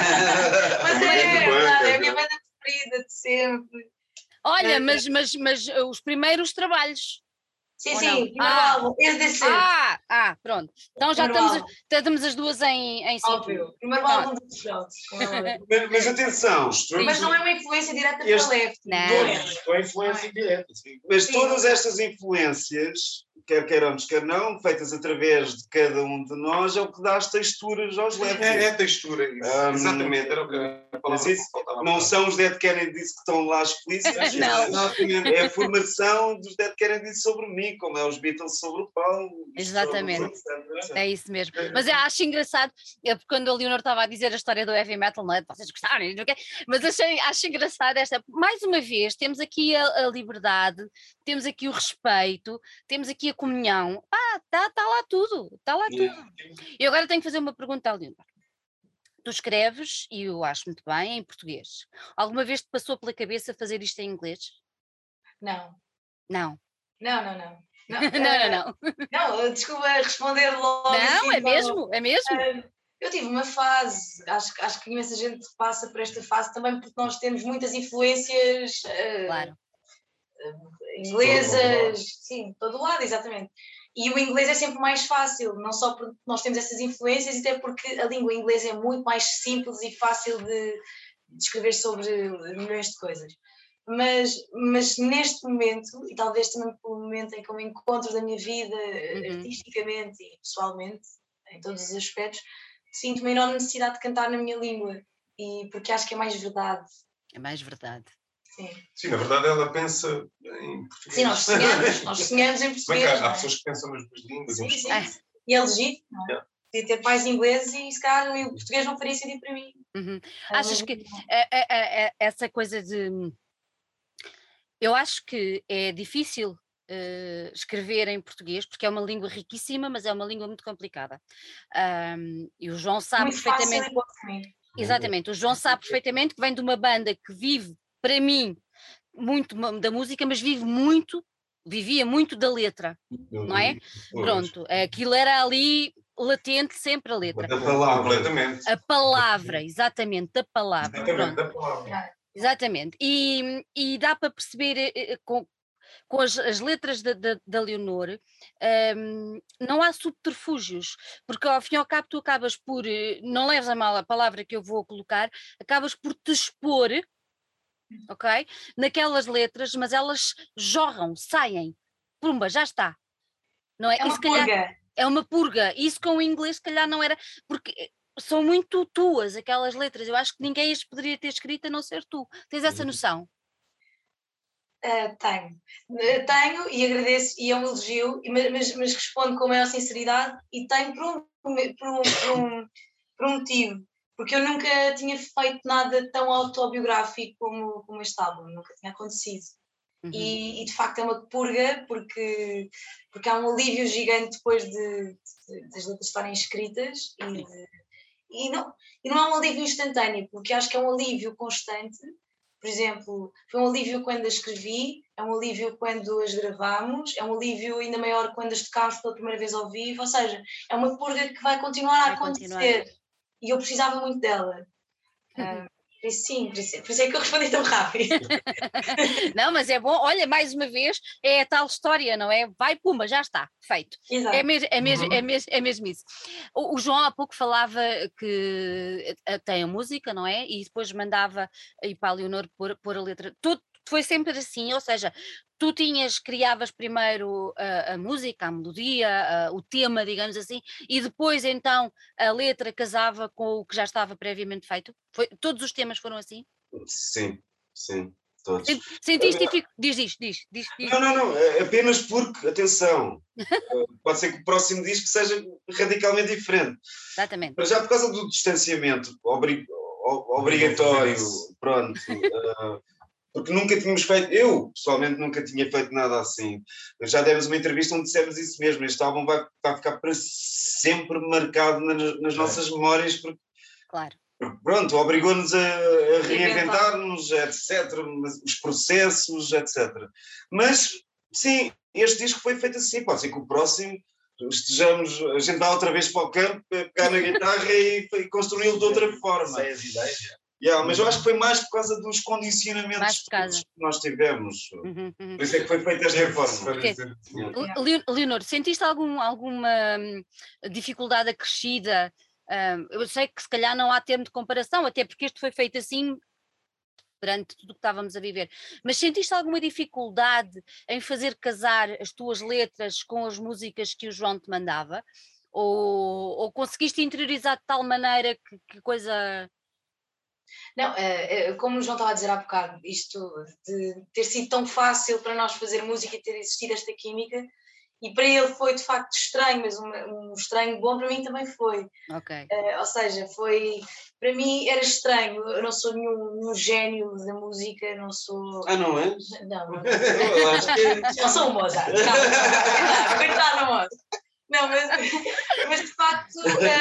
Speaker 4: Mas
Speaker 3: Muito
Speaker 4: é,
Speaker 3: bem,
Speaker 4: verdade, é a
Speaker 3: é
Speaker 4: minha banda preferida de sempre.
Speaker 1: Olha,
Speaker 4: É.
Speaker 1: mas, mas, mas uh, os primeiros trabalhos.
Speaker 4: Sim,
Speaker 1: Ou
Speaker 4: sim,
Speaker 1: não?
Speaker 4: primeiro
Speaker 1: Ah.
Speaker 4: álbum, E D C.
Speaker 1: Ah, ah, pronto. Então já
Speaker 4: Primeiro
Speaker 1: estamos,
Speaker 4: álbum.
Speaker 1: estamos as duas em, em
Speaker 4: Óbvio.
Speaker 1: cintura.
Speaker 4: Primeiro
Speaker 1: Pronto.
Speaker 4: álbum dos Strokes. como é óbvio.
Speaker 2: Mas, mas atenção, os Strokes-
Speaker 4: Mas não é uma influência direta
Speaker 2: Este-
Speaker 4: para Lefty.
Speaker 1: Não.
Speaker 4: Não é.
Speaker 5: Com a influência direta. Sim.
Speaker 2: mas
Speaker 4: Sim.
Speaker 2: todas estas influências, quer queiramos, quer não, feitas através de cada um de nós, é o que dá as texturas aos Lefty.
Speaker 3: É, é a textura, isso.
Speaker 2: Um,
Speaker 3: Exatamente, era o que a palavra
Speaker 2: mas isso
Speaker 3: que faltava.
Speaker 2: Não são os Dead Kennedys que estão lá explícitos.
Speaker 1: Não.
Speaker 2: Exatamente. É a formação dos Dead Kennedys sobre mim, como é os Beatles sobre o Paulo.
Speaker 1: Exatamente.
Speaker 2: Sobre- etcétera.
Speaker 1: É isso mesmo. Mas eu acho engraçado, é porque quando a Leonor estava a dizer a história do heavy metal, não é? Vocês gostarem, não é? Mas achei, acho engraçado esta. Mais uma vez, temos aqui a, a liberdade, temos aqui o respeito, temos aqui a comunhão. Ah, está tá lá tudo, está lá tudo. E agora tenho que fazer uma pergunta à Leonor. Tu escreves, e eu acho muito bem, em português. Alguma vez te passou pela cabeça fazer isto em inglês?
Speaker 4: Não.
Speaker 1: Não.
Speaker 4: Não, não, não.
Speaker 1: Não, não, não.
Speaker 4: Não, desculpa responder logo.
Speaker 1: Não,
Speaker 4: assim,
Speaker 1: é mesmo, é mesmo.
Speaker 4: Ah, Eu tive uma fase, acho, que- acho que imensa gente passa por esta fase também porque nós temos muitas influências ah,
Speaker 1: Claro.
Speaker 4: inglesas, sim, de todo lado, exatamente. E o inglês é sempre mais fácil, não só porque nós temos essas influências, até porque a língua inglesa é muito mais simples e fácil de, de escrever sobre milhões de coisas. Mas, mas neste momento, e talvez também pelo momento em que eu me encontro da minha vida,
Speaker 1: Uhum.
Speaker 4: artisticamente e pessoalmente, em todos os aspectos, sinto uma enorme necessidade de cantar na minha língua, e porque acho que é mais verdade.
Speaker 1: É mais verdade.
Speaker 4: Sim,
Speaker 3: Sim, na verdade ela pensa em português.
Speaker 4: sim nós sonhamos, nós sonhamos em
Speaker 3: Se bem que
Speaker 4: português.
Speaker 3: há,
Speaker 4: não
Speaker 3: há
Speaker 4: é?
Speaker 3: pessoas que pensam nas duas línguas.
Speaker 4: Sim,
Speaker 3: em
Speaker 4: sim.
Speaker 1: Ah.
Speaker 4: E é legítimo, não é?
Speaker 3: Yeah.
Speaker 4: Podia ter pais ingleses e se calhar o português não faria sentido para mim.
Speaker 1: Uhum.
Speaker 4: É
Speaker 1: Achas que
Speaker 4: legítimo.
Speaker 1: a- a- a- a- essa coisa de. Eu acho que é difícil eh, escrever em português, porque é uma língua riquíssima, mas é uma língua muito complicada. Ahm, e o João sabe
Speaker 4: Muito fácil
Speaker 1: perfeitamente.
Speaker 4: e pouco para mim.
Speaker 1: Exatamente, o João sabe perfeitamente que vem de uma banda que vive, para mim, muito ma- da música, mas vive muito, vivia muito da letra, não é? Pronto, aquilo era ali latente, sempre a letra.
Speaker 2: Da palavra.
Speaker 3: Completamente.
Speaker 1: A palavra, exatamente, da palavra.
Speaker 3: Exatamente,
Speaker 1: Pronto.
Speaker 3: da palavra.
Speaker 1: Exatamente, e, e dá para perceber eh, eh, com, com as, as letras da, da, da Leonor, hum, não há subterfúgios, porque ao fim e ao cabo tu acabas por, eh, não leves a mal a palavra que eu vou colocar, acabas por te expor, ok, naquelas letras, mas elas jorram, saem, pumba, já está, não é?
Speaker 4: É
Speaker 1: E
Speaker 4: uma
Speaker 1: se calhar-
Speaker 4: purga.
Speaker 1: é uma purga, isso com o inglês se calhar não era, porque são muito tuas aquelas letras, eu acho que ninguém as poderia ter escrito a não ser tu, tens essa noção?
Speaker 4: Ah, tenho. Ah, tenho e agradeço, e é um elogio, e ma- mas, mas respondo com a maior sinceridade e tenho por um, por um, por um, por um motivo, porque eu nunca tinha feito nada tão autobiográfico como, como este álbum, nunca tinha acontecido.
Speaker 1: Uhum.
Speaker 4: E, e de facto é uma purga, porque, porque há um alívio gigante depois de, de- das letras estarem escritas e, de- e, não, e não é um alívio instantâneo, porque acho que é um alívio constante. Por exemplo, foi um alívio quando as escrevi, é um alívio quando as gravamos, é um alívio ainda maior quando as tocámos pela primeira vez ao vivo, ou seja, é uma purga que vai continuar a
Speaker 1: Vai
Speaker 4: acontecer
Speaker 1: continuar.
Speaker 4: e eu precisava muito dela. Ah, Por isso sim, por isso, por isso é que eu respondi tão rápido.
Speaker 1: Não, mas é bom, olha, mais uma vez, é a tal história, não é? Vai, pumba, já está, feito.
Speaker 4: Exato.
Speaker 1: É mesmo, é mesmo,
Speaker 2: Uhum.
Speaker 1: é mesmo, é mesmo isso. O, o João há pouco falava que eh, tem a música, não é? E depois mandava aí para a Leonor pôr, pôr a letra. Tudo foi sempre assim, ou seja, tu tinhas, criavas primeiro a, a música, a melodia, a- o tema, digamos assim, e depois então a letra casava com o que já estava previamente feito? Foi, todos os temas foram assim?
Speaker 2: Sim, sim, todos.
Speaker 1: Sen- Sentiste dificuldade? Diz, diz, diz, diz, diz.
Speaker 2: Não, não, não, é apenas porque, atenção, eh, pode ser que o próximo disco seja radicalmente diferente.
Speaker 1: Exatamente.
Speaker 2: Mas já por causa do distanciamento obri- o- obrigatório, pronto, eh, porque nunca tínhamos feito, eu pessoalmente nunca tinha feito nada assim. Já demos uma entrevista onde dissemos isso mesmo, este álbum vai, vai ficar para sempre marcado nas, nas nossas memórias, porque
Speaker 1: Claro.
Speaker 2: pronto, obrigou-nos a, a
Speaker 4: Reinventar.
Speaker 2: reinventar-nos, etcétera, mas os processos, etcétera. Mas, sim, este disco foi feito assim, pode ser que o próximo estejamos, a gente vá outra vez para o campo, pegar na guitarra e, e construí-lo de outra forma.
Speaker 5: Sei as ideias.
Speaker 2: Yeah, mas eu acho que foi mais por causa dos condicionamentos
Speaker 1: Mais por causa.
Speaker 2: todos que nós tivemos.
Speaker 1: Uhum, uhum.
Speaker 2: Por isso é que foi feito desta forma.
Speaker 1: Porque- Le- Leonor, sentiste algum, alguma hum, dificuldade acrescida? Hum, eu sei que se calhar não há termo de comparação, até porque este foi feito assim perante tudo o que estávamos a viver, mas sentiste alguma dificuldade em fazer casar as tuas letras com as músicas que o João te mandava? Ou, ou conseguiste interiorizar de tal maneira que, que coisa...
Speaker 4: Não, eh, eh, como o João estava a dizer há bocado, isto de ter sido tão fácil para nós fazer música e ter existido esta química, e para ele foi de facto estranho, mas um, um estranho bom para mim também foi.
Speaker 1: Ok.
Speaker 4: Eh, ou seja, foi, para mim era estranho, eu não sou nenhum, nenhum gênio da música, não sou...
Speaker 2: Ah, não é?
Speaker 4: Não, não,
Speaker 2: Eu acho que...
Speaker 4: não sou um Mozart, calma, coitado do Mozart. Não, mas, mas de facto,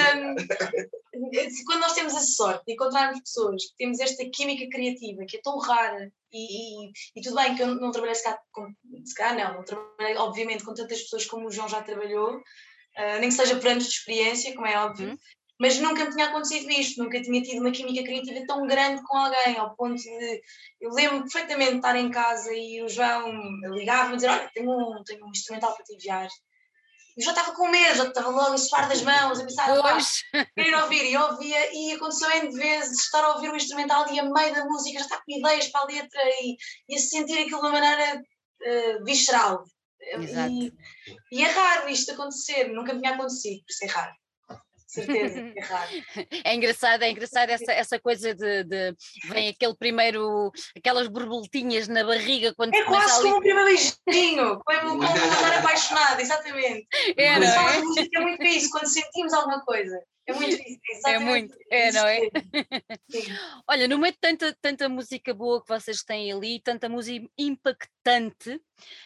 Speaker 4: hum, quando nós temos a sorte de encontrarmos pessoas que temos esta química criativa que é tão rara, e, e, e tudo bem que eu não trabalhei se cá, com, se cá não, não trabalhei obviamente com tantas pessoas como o João já trabalhou, uh, nem que seja por anos de experiência, como é óbvio,
Speaker 1: Uhum.
Speaker 4: mas nunca me tinha acontecido isto, nunca tinha tido uma química criativa tão grande com alguém, ao ponto de, eu lembro perfeitamente de estar em casa e o João ligava-me a dizer, olha, tenho um, tenho um instrumental para te enviar. Eu já estava com medo, já estava logo a suar das mãos, a pensar, lá,
Speaker 1: Pois.
Speaker 4: querer ouvir, e ouvia, e aconteceu N vezes estar a ouvir o instrumental e a meio da música já estar com ideias para a letra e, e a sentir aquilo de uma maneira uh, visceral.
Speaker 1: Exato.
Speaker 4: E, e é raro isto acontecer, nunca me tinha acontecido, por isso é raro. Certeza, é raro.
Speaker 1: É engraçado, é engraçado essa, essa coisa de, de vem aquele primeiro, aquelas borboletinhas na barriga quando
Speaker 4: É
Speaker 1: se começa
Speaker 4: quase
Speaker 1: ali.
Speaker 4: como um primeiro beijinho, como, como estar apaixonado, exatamente.
Speaker 1: É,
Speaker 4: Quando
Speaker 1: não
Speaker 4: fala de
Speaker 1: é?
Speaker 4: música é muito isso, quando sentimos alguma coisa. É muito isso,
Speaker 1: É
Speaker 4: exatamente.
Speaker 1: muito, é, não é?
Speaker 4: Sim.
Speaker 1: Olha, no meio de tanta, tanta música boa que vocês têm ali, tanta música impactante,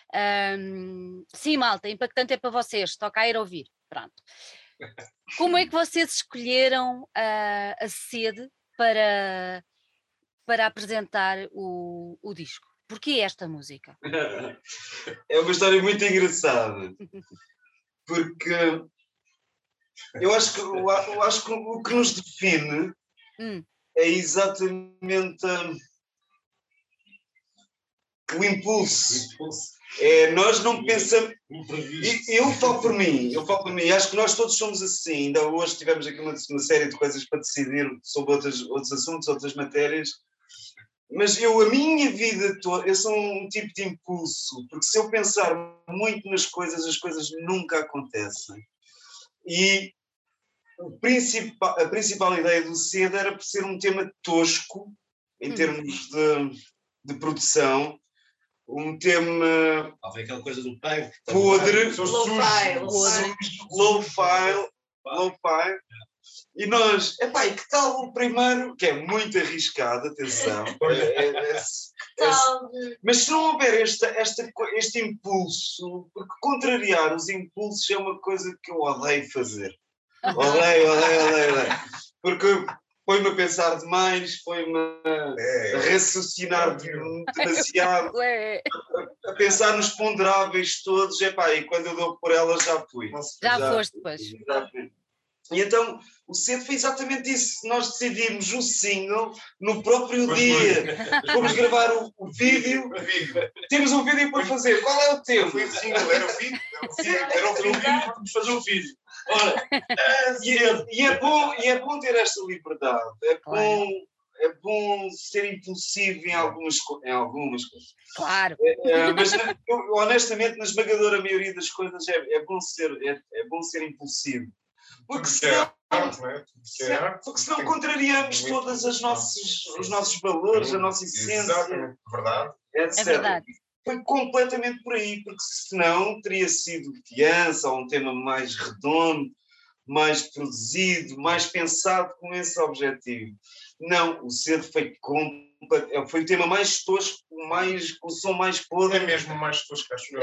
Speaker 1: hum, sim, malta, impactante é para vocês, toca a ir ouvir, pronto. Como é que vocês escolheram uh, a sede para, para apresentar o, o disco? Porquê esta música?
Speaker 2: É uma história muito engraçada, porque eu acho que, eu acho que o que nos define
Speaker 1: Hum.
Speaker 2: é exatamente hum, o impulso. É, nós não pensamos. E eu falo por mim, eu falo por mim, acho que nós todos somos assim. Ainda hoje tivemos aqui uma, uma série de coisas para decidir sobre outros, outros assuntos, outras matérias. Mas eu, a minha vida toda, eu sou um tipo de impulso, porque se eu pensar muito nas coisas, as coisas nunca acontecem. E o principal, a principal ideia do Cedo era por ser um tema tosco, em
Speaker 1: Hum.
Speaker 2: termos de, de produção, um tema
Speaker 5: Há aquela coisa do punk.
Speaker 2: podre,
Speaker 4: Lo-fi,
Speaker 2: sujo, low-fi, low-fi. E nós, epá, e que tal o primeiro, que é muito arriscado, atenção, é, é, é, é,
Speaker 4: Tal.
Speaker 2: mas se não houver esta, esta, este impulso, porque contrariar os impulsos é uma coisa que eu odeio fazer. Odeio, odeio, odeio, odeio. Porque põe-me a pensar demais, põe-me a raciocinar demasiado,
Speaker 1: Ué,
Speaker 2: a pensar nos ponderáveis todos, epá, e quando eu dou por elas já fui.
Speaker 1: já foste depois.
Speaker 2: Já fui. E então o cedo foi exatamente isso. Nós decidimos o single no próprio
Speaker 3: Pois
Speaker 2: dia. Fomos gravar o, o vídeo. Temos um vídeo para fazer. Qual é o tema?
Speaker 3: Foi o single, era o vídeo. Era o vídeo, era o vídeo, vamos fazer o vídeo.
Speaker 2: Ora, e, é, e, é bom, e é bom ter esta liberdade. É bom, é bom ser impulsivo em algumas, em algumas coisas.
Speaker 1: Claro.
Speaker 2: É, é, mas eu, honestamente, na esmagadora maioria das coisas é, é, bom, ser, é, é bom ser impulsivo. Porque senão, porque senão contrariamos todos os nossos, os nossos valores, a nossa essência.
Speaker 3: Exatamente, verdade.
Speaker 2: etcétera.
Speaker 1: É verdade.
Speaker 2: Foi completamente por aí, porque senão teria sido fiança ou um tema mais redondo, mais produzido, mais pensado com esse objetivo. Não, o cedo foi completamente. Foi o tema mais tosco, mais, com o som mais podre.
Speaker 3: É mesmo mais tosco, acho eu.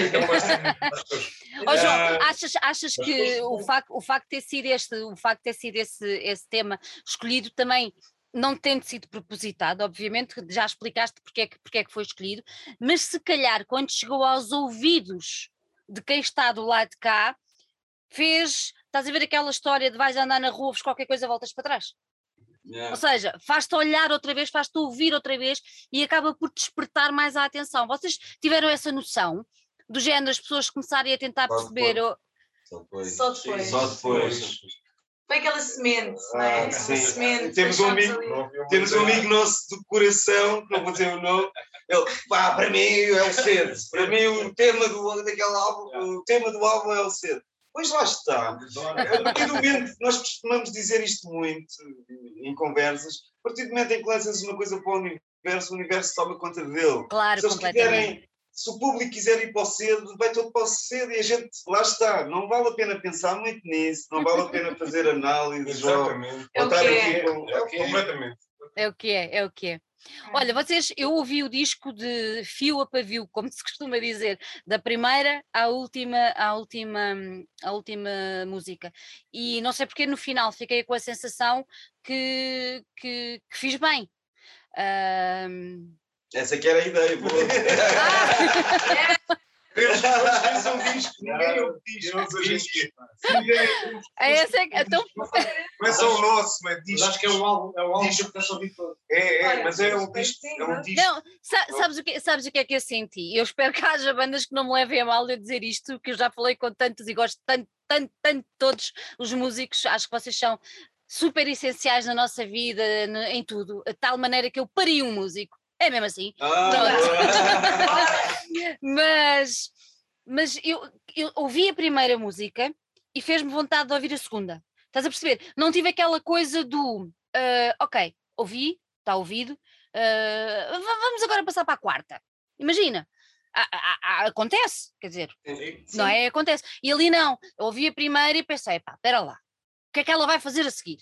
Speaker 1: Oh, João, achas, achas que o facto, o facto de ter sido este, o facto de ter sido esse, esse tema escolhido também, não tendo sido propositado, obviamente, já explicaste porque é, que, porque é que foi escolhido, mas se calhar quando chegou aos ouvidos de quem está do lado de cá, fez, estás a ver aquela história de vais andar na rua, vês qualquer coisa, voltas para trás?
Speaker 2: Yeah.
Speaker 1: Ou seja, faz-te olhar outra vez, faz-te ouvir outra vez e acaba por despertar mais a atenção. Vocês tiveram essa noção do género, as pessoas começarem a tentar
Speaker 2: Só
Speaker 1: perceber...
Speaker 2: depois.
Speaker 1: ou-
Speaker 2: Só depois.
Speaker 4: Só depois.
Speaker 2: Só depois.
Speaker 4: Foi aquela semente, não é?
Speaker 2: Ah, sim.
Speaker 4: Uma semente.
Speaker 2: Temos um
Speaker 4: deixámos
Speaker 2: amigo-
Speaker 4: ali.
Speaker 2: Temos um amigo nosso de coração, que não vou dizer o nome, ele, pá, para mim é o cedo. Para mim o tema do, daquele álbum, o tema do álbum é o cedo. Pois lá está. A partir do momento, nós costumamos dizer isto muito em conversas, a partir do momento em que lanças uma coisa para o universo, o universo toma conta dele.
Speaker 1: Claro,
Speaker 2: Se eles
Speaker 1: completamente.
Speaker 2: quiserem, se o público quiser ir para o cedo, vai todo para o cedo e a gente, lá está. Não vale a pena pensar muito nisso, não vale a pena fazer análises ou,
Speaker 3: Exatamente.
Speaker 4: É
Speaker 2: ou
Speaker 4: o que
Speaker 2: estar
Speaker 4: é.
Speaker 2: aqui com...
Speaker 3: É o que é. Completamente.
Speaker 1: É o que é, é o que é. Olha, vocês, eu ouvi o disco de fio a pavio, como se costuma dizer, da primeira à última, à última, à última música. E não sei porque no final fiquei com a sensação que, que, que fiz bem. Ahm,
Speaker 2: Essa que era a ideia. Boa. Eles todos pensam um disco, ninguém ouve disco.
Speaker 3: Eles hoje em dia.
Speaker 1: é essa, é que- então,
Speaker 3: Não é só o nosso, é
Speaker 5: Mas
Speaker 3: disco.
Speaker 5: acho que é um álbum, é um álbum que eu ouvi todo.
Speaker 3: É, é,
Speaker 4: Olha,
Speaker 3: mas é um
Speaker 4: mas
Speaker 3: disco.
Speaker 4: sim,
Speaker 3: É um
Speaker 4: não?
Speaker 3: disco.
Speaker 1: não, sa- sabes, o que, sabes o que é que eu senti? Eu espero que haja bandas que não me levem a mal de eu dizer isto, que eu já falei com tantos e gosto tanto, tanto, tanto de todos os músicos, acho que vocês são super essenciais na nossa vida, no- em tudo, de tal maneira que eu pari um músico. É mesmo assim.
Speaker 2: Ah,
Speaker 1: Mas, mas eu, eu ouvi a primeira música e fez-me vontade de ouvir a segunda. Estás a perceber? Não tive aquela coisa do ah, ok, ouvi, está ouvido, ah, va- vamos agora passar para a quarta. Imagina, a- a- a- acontece, quer dizer, não é? Acontece. E ali não, eu ouvi a primeira e pensei, pá, espera lá, o que é que ela vai fazer a seguir?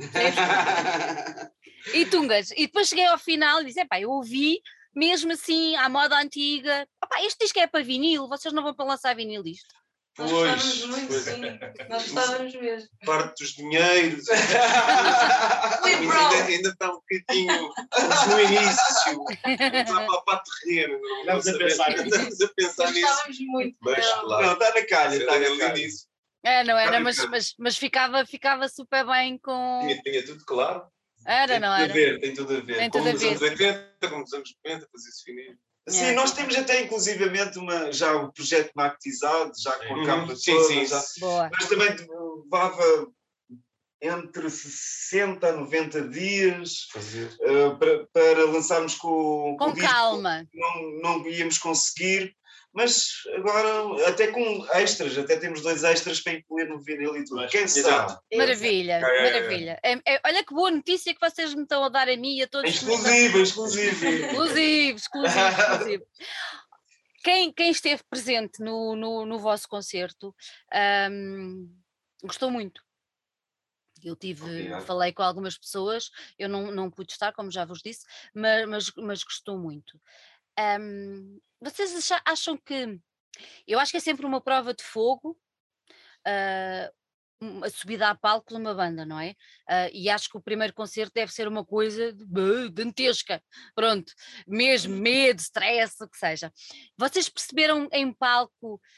Speaker 1: E tungas. E depois cheguei ao final e disse, pá, eu ouvi mesmo assim à moda antiga. Opá, este disco é para vinil, vocês não vão para lançar vinil disto.
Speaker 4: Nós
Speaker 2: Pois,
Speaker 4: gostávamos muito,
Speaker 2: pois.
Speaker 4: sim. Nós gostávamos mesmo.
Speaker 3: Parte dos dinheiros.
Speaker 4: Flip
Speaker 3: ainda,
Speaker 4: roll.
Speaker 3: ainda está um bocadinho no início. Estamos a papar terreno. não
Speaker 5: Estamos a
Speaker 3: sabemos.
Speaker 5: pensar.
Speaker 3: Estamos a pensar
Speaker 4: Nós
Speaker 3: nisso.
Speaker 4: gostávamos muito.
Speaker 3: Mas,
Speaker 4: Não.
Speaker 3: claro,
Speaker 2: Não, está na calha, está
Speaker 3: era
Speaker 2: na calha.
Speaker 3: lindíssimo.
Speaker 1: É, não era,
Speaker 3: Claro,
Speaker 1: mas,
Speaker 3: claro.
Speaker 1: mas, mas ficava, ficava super bem com.
Speaker 3: Tinha, tinha tudo claro.
Speaker 1: Era,
Speaker 2: Tem
Speaker 1: não
Speaker 2: tudo a
Speaker 1: era?
Speaker 2: ver, tem tudo a ver.
Speaker 1: Tem
Speaker 2: Como
Speaker 1: tudo a
Speaker 3: Como nos
Speaker 1: ver.
Speaker 3: anos oitenta, como nos anos noventa, fazia-se fininho.
Speaker 2: Sim,
Speaker 1: Yeah.
Speaker 2: nós temos até inclusivamente uma, já o projeto maquetizado, já com a
Speaker 3: Uhum,
Speaker 2: capa
Speaker 3: sim,
Speaker 2: toda,
Speaker 3: sim.
Speaker 2: já-
Speaker 1: Boa.
Speaker 2: mas também levava entre sessenta a noventa dias
Speaker 3: Fazer.
Speaker 2: eh, para, para lançarmos com,
Speaker 1: Com
Speaker 2: o disco.
Speaker 1: calma.
Speaker 2: Não, não íamos conseguir, mas agora até com extras, até temos dois extras para incluir no vinil e tudo. Quem
Speaker 3: Exato.
Speaker 2: sabe?
Speaker 1: Maravilha,
Speaker 3: É, é, é.
Speaker 1: maravilha. É- é- olha que boa notícia que vocês me estão a dar a mim e a todos. que me estão-
Speaker 2: Exclusivo, exclusivo.
Speaker 1: Exclusivo, exclusivo, exclusivo. Quem, quem esteve presente no, no, no vosso concerto ahm, gostou muito. Eu tive,
Speaker 2: Obrigado.
Speaker 1: falei com algumas pessoas, eu não, não pude estar, como já vos disse, mas, mas, mas gostou muito. Ahm, vocês acha- acham que. Eu acho que é sempre uma prova de fogo, ah, um- a subida a palco de uma banda, não é? Ah, e acho que o primeiro concerto deve ser uma coisa de- bah, dantesca, pronto, mesmo medo, stress, o que seja. Vocês perceberam em palco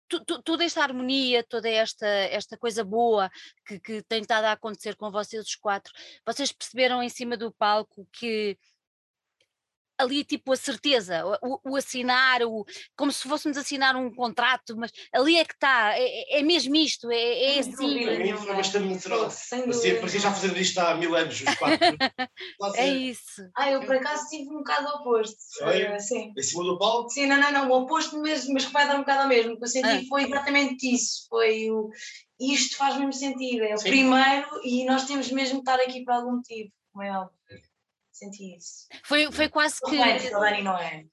Speaker 1: tu, tu, toda esta harmonia, toda esta, esta coisa boa que, que tem estado a acontecer com vocês os quatro, vocês perceberam em cima do palco que ali tipo a certeza, o, o assinar, o, como se fôssemos assinar um contrato, mas ali é que está, é, é mesmo isto, é, é assim.
Speaker 5: Para mim foi bastante natural.
Speaker 4: Sem
Speaker 5: Parecia,
Speaker 4: dúvida.
Speaker 5: parecia já fazer isto há mil anos, os quatro.
Speaker 1: É isso.
Speaker 4: Ah, eu por acaso tive um bocado oposto. Foi
Speaker 5: Foi?
Speaker 4: assim.
Speaker 5: Em cima do palco?
Speaker 4: Sim, não, não, não, o oposto mesmo, mas que vai dar um bocado ao mesmo. O que eu senti
Speaker 1: Ah.
Speaker 4: foi exatamente isso. Foi o. Isto faz mesmo sentido. É o
Speaker 5: Sim.
Speaker 4: primeiro e nós temos mesmo de estar aqui por algum motivo, como é óbvio. Senti isso.
Speaker 1: Foi, foi quase que.
Speaker 4: Romântico, Dani, não é?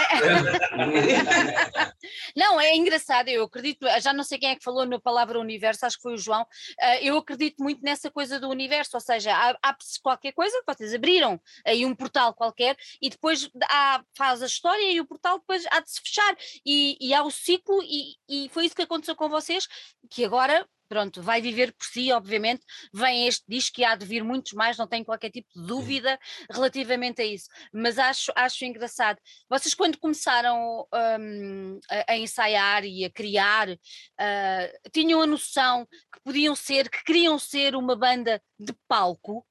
Speaker 1: Não, é engraçado, eu acredito, já não sei quem é que falou na palavra universo, acho que foi o João, uh, eu acredito muito nessa coisa do universo, ou seja, há-se qualquer coisa, vocês abriram aí um portal qualquer e depois há, faz a história e o portal depois há de se fechar e, e há o ciclo e, e foi isso que aconteceu com vocês, que agora... Pronto, vai viver por si, obviamente, vem este disco que há de vir muitos mais, não tenho qualquer tipo de dúvida relativamente a isso, mas acho, acho engraçado. Vocês quando começaram um, a, a ensaiar e a criar, uh, tinham a noção que podiam ser, que queriam ser uma banda de palco,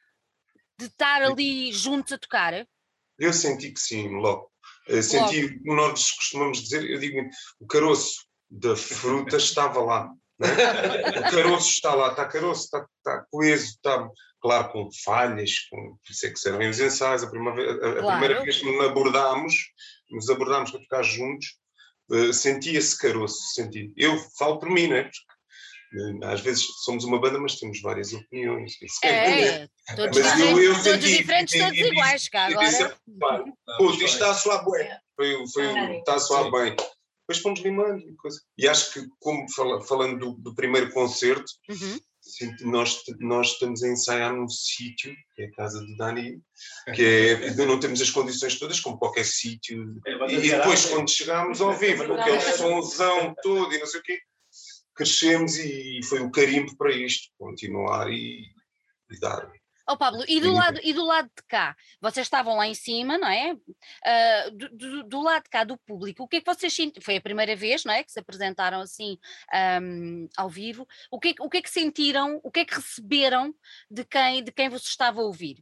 Speaker 1: de estar ali juntos a tocar?
Speaker 3: Eu senti que sim, logo. Eu senti, como nós costumamos dizer, eu digo, o caroço da fruta estava lá. Né? O caroço está lá, está caroço, está, está coeso, está, claro, com falhas, com, por isso é que serão os ensaios, a, primeira, a, a
Speaker 1: Claro.
Speaker 3: primeira vez que nos abordámos, nos abordámos para tocar juntos, uh, sentia-se caroço, senti. Eu falo por mim, não é? Porque, uh, às vezes somos uma banda, mas temos várias opiniões.
Speaker 1: É, todos,
Speaker 3: Mas
Speaker 1: diferentes,
Speaker 3: eu- eu
Speaker 1: todos
Speaker 3: senti-
Speaker 1: diferentes,
Speaker 3: e-
Speaker 1: todos
Speaker 3: e-
Speaker 1: iguais, cá
Speaker 3: E disse,
Speaker 1: agora.
Speaker 3: pá, puto, isto está a soar bem. Foi, foi,
Speaker 4: Sim.
Speaker 3: está a soar bem. Depois fomos limando e coisa. E acho que, como fala, falando do, do primeiro concerto,
Speaker 1: Uhum.
Speaker 3: sinto- nós, nós estamos a ensaiar num sítio, que é a casa de Dani, que é, não temos as condições todas, como qualquer sítio. E, e depois, quando chegámos ao vivo, com aquele somzão todo e não sei o quê, crescemos e foi o carimbo para isto, continuar e, e dar.
Speaker 1: Oh Pablo, e do,
Speaker 3: Sim.
Speaker 1: lado, e do lado de cá? Vocês estavam lá em cima, não é? Ah, do, do, do lado de cá, do público, o que é que vocês sentiram? Foi a primeira vez, não é? Que se apresentaram assim ahm, ao vivo. O que, é, que- o que é que sentiram? O que é que receberam de quem, de quem vos estava a ouvir?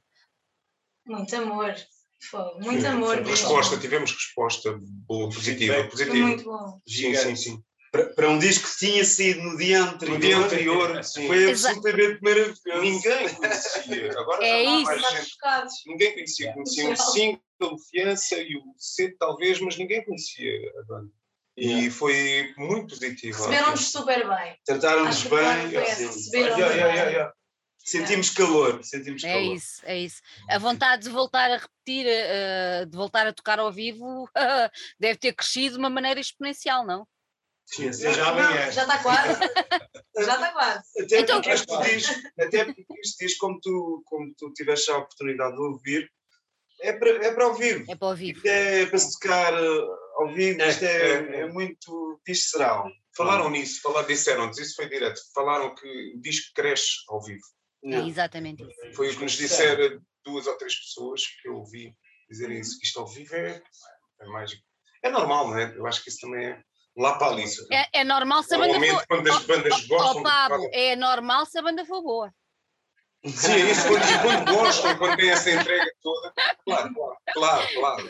Speaker 4: Muito amor. Foi muito
Speaker 3: Foi-
Speaker 4: amor.
Speaker 3: foi
Speaker 4: mesmo.
Speaker 3: resposta, tivemos resposta boa, positiva,
Speaker 5: Feedback.
Speaker 4: Foi
Speaker 3: positiva.
Speaker 4: muito bom.
Speaker 3: Sim, sim, sim.
Speaker 2: Para, para um disco que tinha saído no dia anterior,
Speaker 3: No dia anterior, sim.
Speaker 2: foi
Speaker 1: Exa-
Speaker 2: absolutamente maravilhoso.
Speaker 3: Ninguém conhecia. Agora
Speaker 1: É
Speaker 3: já não há
Speaker 1: isso.
Speaker 3: mais
Speaker 4: Estamos
Speaker 3: gente.
Speaker 4: chocados.
Speaker 3: Ninguém conhecia. Conhecia o cinco, a Confiança e o C, talvez, mas ninguém conhecia a banda. E foi muito positivo.
Speaker 4: Receberam-nos super bem.
Speaker 2: Trataram-nos
Speaker 4: Acho que foi
Speaker 2: bem.
Speaker 4: esse,
Speaker 2: assim,
Speaker 4: receberam-nos
Speaker 2: yeah, yeah,
Speaker 4: bem.
Speaker 2: yeah, yeah. Sentimos calor, sentimos
Speaker 1: É
Speaker 2: calor.
Speaker 1: isso, é isso. A vontade de voltar a repetir, ah, de voltar a tocar ao vivo, deve ter crescido de uma maneira exponencial, não?
Speaker 2: Sim,
Speaker 5: Seja já amanhã.
Speaker 4: Já está quase. Já está quase.
Speaker 2: Até
Speaker 1: Então-
Speaker 2: porque este disco, até porque este disco, como tu, como tu tiveste a oportunidade de ouvir, é para, é para ao vivo.
Speaker 1: É para ao vivo.
Speaker 2: Isto é para se tocar uh, ao vivo,
Speaker 3: É,
Speaker 2: isto é,
Speaker 3: é,
Speaker 2: é muito visceral.
Speaker 3: Falaram nisso, falaram, disseram-nos, isso foi direto. Falaram que o disco cresce ao vivo.
Speaker 1: É exatamente isso.
Speaker 3: Foi o que nos disseram duas ou três pessoas que eu ouvi dizerem isso, que isto ao vivo é, é mágico. É normal, não é? Eu acho que isso também é lá para ali.
Speaker 1: É, é normal se a banda
Speaker 3: Normalmente,
Speaker 1: for.
Speaker 3: quando as bandas
Speaker 1: Oh,
Speaker 3: gostam.
Speaker 1: oh, Pablo, é normal se a banda for boa.
Speaker 3: Sim, é isso, quando, quando gostam, quando têm essa entrega toda. Claro, claro, claro, claro.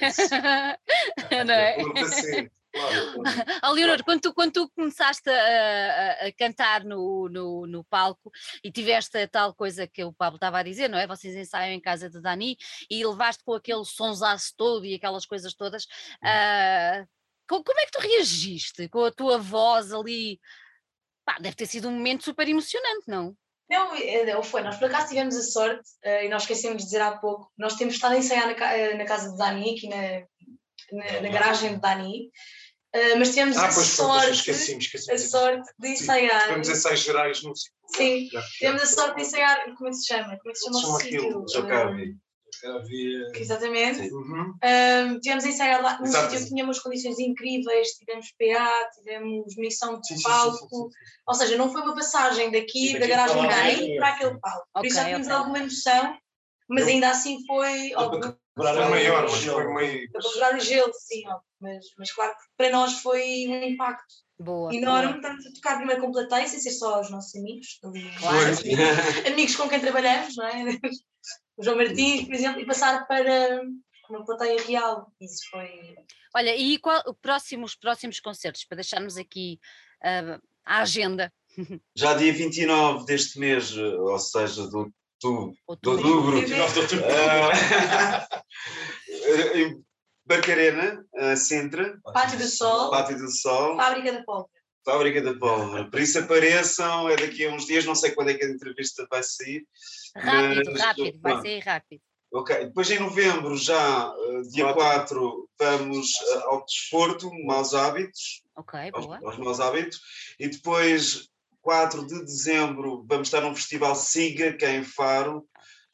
Speaker 3: Isso.
Speaker 1: Não é?
Speaker 3: Conta sempre, claro.
Speaker 1: Oh, Leonor, quando tu, quando tu começaste a, a- a cantar no, no, no palco e tiveste a tal coisa que o Pablo estava a dizer, não é? Vocês ensaiam em casa de Dani e levaste com aquele sonsaço todo e aquelas coisas todas. ah, co- como é que tu reagiste com a tua voz ali? Pá, deve ter sido um momento super emocionante, não?
Speaker 4: Não, eh, não foi. Nós por acaso tivemos a sorte, eh, e nós esquecemos de dizer há pouco, nós temos estado a ensaiar na, ca- eh, na casa de Dani, aqui na, na, na garagem de Dani, eh, mas tivemos
Speaker 3: Ah,
Speaker 4: a
Speaker 3: pois foi,
Speaker 4: sorte,
Speaker 3: esqueci-me,
Speaker 4: a
Speaker 3: esqueci-me.
Speaker 4: sorte de ensaiar.
Speaker 3: Tivemos ensaios gerais no sítio.
Speaker 4: Sim,
Speaker 3: Já, já.
Speaker 4: tivemos a sorte de ensaiar, como é que se chama? Como é que se chama
Speaker 3: Chama
Speaker 4: o
Speaker 3: aquilo,
Speaker 4: sítio?
Speaker 2: Jocavi.
Speaker 5: Havia.
Speaker 4: Eh, Exatamente.
Speaker 2: Uhum.
Speaker 4: Um, tivemos a ensaiar lá num
Speaker 3: Exato.
Speaker 4: sítio que tinha umas condições incríveis, tivemos P A, tivemos missão de
Speaker 3: Sim, sim,
Speaker 4: palco,
Speaker 3: sim, sim, sim.
Speaker 4: ou seja, não foi uma passagem daqui,
Speaker 5: Sim,
Speaker 4: da
Speaker 5: daqui
Speaker 4: garagem
Speaker 5: para lá,
Speaker 4: Dani
Speaker 5: é.
Speaker 4: para aquele palco. Por
Speaker 1: Ok,
Speaker 4: isso já tínhamos
Speaker 1: ok.
Speaker 4: alguma noção, mas ainda assim foi,
Speaker 3: Deu para
Speaker 4: óbvio,
Speaker 3: Foi maior, mas foi meio.
Speaker 4: Para quebrar o gelo, sim, ó, mas, mas claro que para nós foi um impacto
Speaker 1: Boa.
Speaker 4: enorme. Estamos a tocar primeiro com plateia, sem ser só os nossos amigos, ali,
Speaker 1: Claro.
Speaker 4: os amigos, amigos com quem trabalhamos, não é? O João Martins, por exemplo, e passar para uma plateia real. Isso foi.
Speaker 1: Olha, e qual, o próximo, os próximos concertos, para deixarmos aqui uh, a agenda?
Speaker 2: Já dia vinte e nove deste mês, ou seja, do outubro,
Speaker 1: Outubro.
Speaker 2: de outubro,
Speaker 5: vinte e nove de outubro.
Speaker 2: ah, em Barcarena, uh, Sintra,
Speaker 4: Pátio do Sol,
Speaker 2: Pátio do Sol,
Speaker 4: Fábrica da Pólvora.
Speaker 2: Fábrica da Pólvora. Por isso apareçam, é daqui a uns dias, não sei quando é que a entrevista vai sair.
Speaker 1: Rápido,
Speaker 2: mas,
Speaker 1: rápido, vai
Speaker 2: pronto.
Speaker 1: sair rápido.
Speaker 2: Ok, depois em novembro, já uh, dia quatro, vamos uh, ao Desporto, Maus Hábitos,
Speaker 1: Ok,
Speaker 2: aos,
Speaker 1: boa.
Speaker 2: aos Maus Hábitos, e depois, quatro de dezembro, vamos estar num festival Siga, que é em Faro,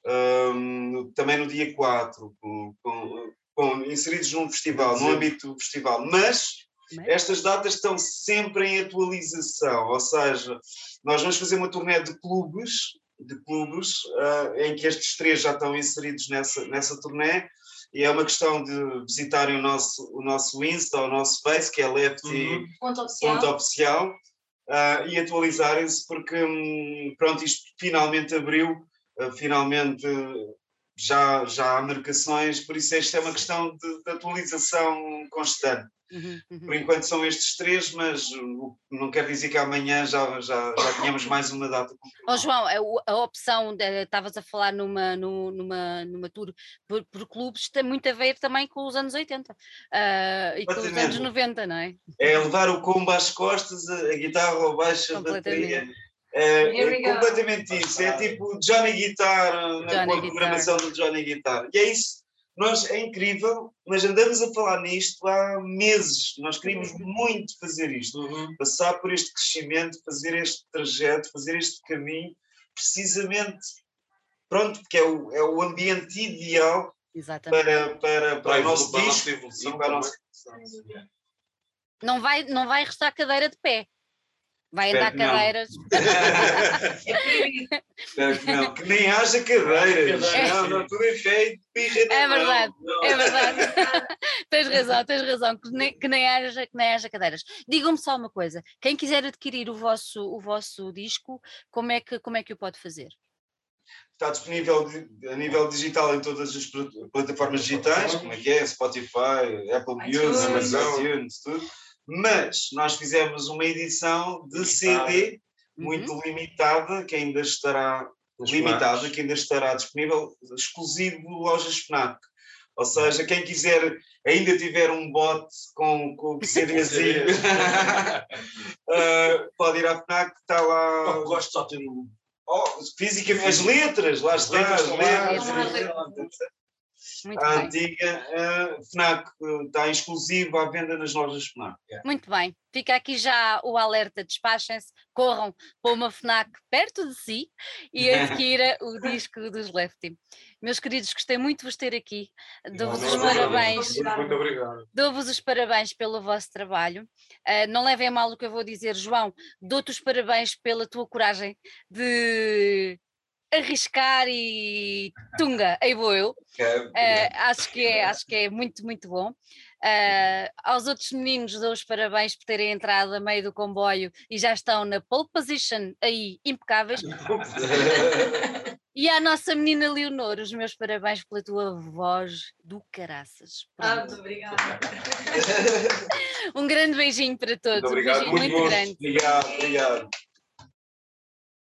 Speaker 2: um, também no dia quatro, com, com, com, inseridos num festival, no âmbito do festival, mas
Speaker 1: Mas-
Speaker 2: estas datas estão sempre em atualização, ou seja, nós vamos fazer uma turnê de clubes, de clubes uh, em que estes três já estão inseridos nessa, nessa turnê, e é uma questão de visitarem o nosso, o nosso Insta, o nosso Face, que é Lefty
Speaker 5: Uhum.
Speaker 4: Ponto oficial.
Speaker 2: Ponto Oficial, uh, e atualizarem-se, porque hum, pronto, isto finalmente abriu, uh, finalmente uh, já, já há marcações, por isso esta é uma questão de, de atualização constante.
Speaker 1: Uhum, uhum.
Speaker 2: Por enquanto são estes três, mas uh, não quer dizer que amanhã já, já, já tenhamos mais uma data.
Speaker 1: Ó João, a, o- a opção, de- estavas a falar numa, nu- numa, numa tour por, por clubes, tem muito a ver também com os anos oitenta ah, e com os anos
Speaker 2: Completamente.
Speaker 1: noventa, não é?
Speaker 2: É levar o combo às costas, a, a guitarra ao baixo, a bateria.
Speaker 1: Completamente.
Speaker 2: É,
Speaker 4: Here we
Speaker 2: é
Speaker 4: go.
Speaker 2: completamente isso. É tipo Johnny Guitar, na,
Speaker 1: Johnny
Speaker 2: com a
Speaker 1: Guitar.
Speaker 2: programação do Johnny Guitar. E é isso. Nós, é incrível, mas andamos a falar nisto há meses. Nós queríamos muito fazer isto.
Speaker 5: Uhum.
Speaker 2: Passar por este crescimento, fazer este trajeto, fazer este caminho, precisamente, pronto, porque é o, é o ambiente ideal
Speaker 1: Exatamente.
Speaker 2: para, para, para o nosso
Speaker 3: Para a
Speaker 2: disco
Speaker 3: evolução
Speaker 2: e para a
Speaker 3: também.
Speaker 2: nossa...
Speaker 1: Não vai, não vai restar cadeira de pé. Vai
Speaker 2: Espero
Speaker 1: andar
Speaker 2: que não.
Speaker 1: cadeiras.
Speaker 2: Espero que não. Que nem haja cadeiras.
Speaker 5: É.
Speaker 2: Não, não, tudo é feito. Pirra na
Speaker 1: É
Speaker 2: mão.
Speaker 1: verdade,
Speaker 2: Não.
Speaker 1: é verdade. Tens razão, tens razão, que nem, que nem, haja, que nem haja cadeiras. Digam-me só uma coisa: quem quiser adquirir o vosso, o vosso disco, como é, que, como é que o pode fazer?
Speaker 2: Está disponível de- a nível digital em todas as plat- plataformas digitais, como é que é? Spotify, Apple Music,
Speaker 4: iTunes.
Speaker 2: Amazon, iTunes, tudo. Mas nós fizemos uma edição de C D muito
Speaker 1: Uhum.
Speaker 2: limitada, que ainda estará
Speaker 3: Nos
Speaker 2: limitada,
Speaker 3: Fnacs.
Speaker 2: que ainda estará disponível, exclusivo lojas Fnac. Ou seja, quem quiser, ainda tiver um bote com, com o CDzinho, uh, pode ir à Fnac, que está lá.
Speaker 5: Eu gosto só de ter um.
Speaker 2: Oh, físicamente, as letras, lá está,
Speaker 5: letras
Speaker 2: as
Speaker 5: estão lá,
Speaker 2: letras.
Speaker 4: as
Speaker 2: letras.
Speaker 1: Muito
Speaker 2: A
Speaker 1: bem.
Speaker 2: antiga uh, Fnac uh, está exclusivo à venda nas lojas Fnac.
Speaker 1: Muito bem, fica aqui já o alerta, despachem-se, corram para uma Fnac perto de si e adquira o disco dos Lefty. Meus queridos, gostei muito de vos ter aqui, dou-vos os
Speaker 3: Muito
Speaker 1: parabéns,
Speaker 3: obrigado. Muito obrigado.
Speaker 1: dou-vos os parabéns pelo vosso trabalho. Ah, não levem a mal o que eu vou dizer, João, dou-te os parabéns pela tua coragem de arriscar e tunga, aí vou eu. Uh, acho, que é, acho que é muito, muito bom. Uh, aos outros meninos dou os parabéns por terem entrado a meio do comboio e já estão na pole position aí, impecáveis. E à nossa menina Leonor, os meus parabéns pela tua voz do caraças.
Speaker 4: Ah,
Speaker 1: Pronto.
Speaker 4: muito obrigada.
Speaker 1: Um grande beijinho para todos,
Speaker 3: Muito obrigado,
Speaker 1: um beijinho
Speaker 3: muito
Speaker 1: muito
Speaker 3: bom.
Speaker 1: grande.
Speaker 2: Obrigado, obrigado.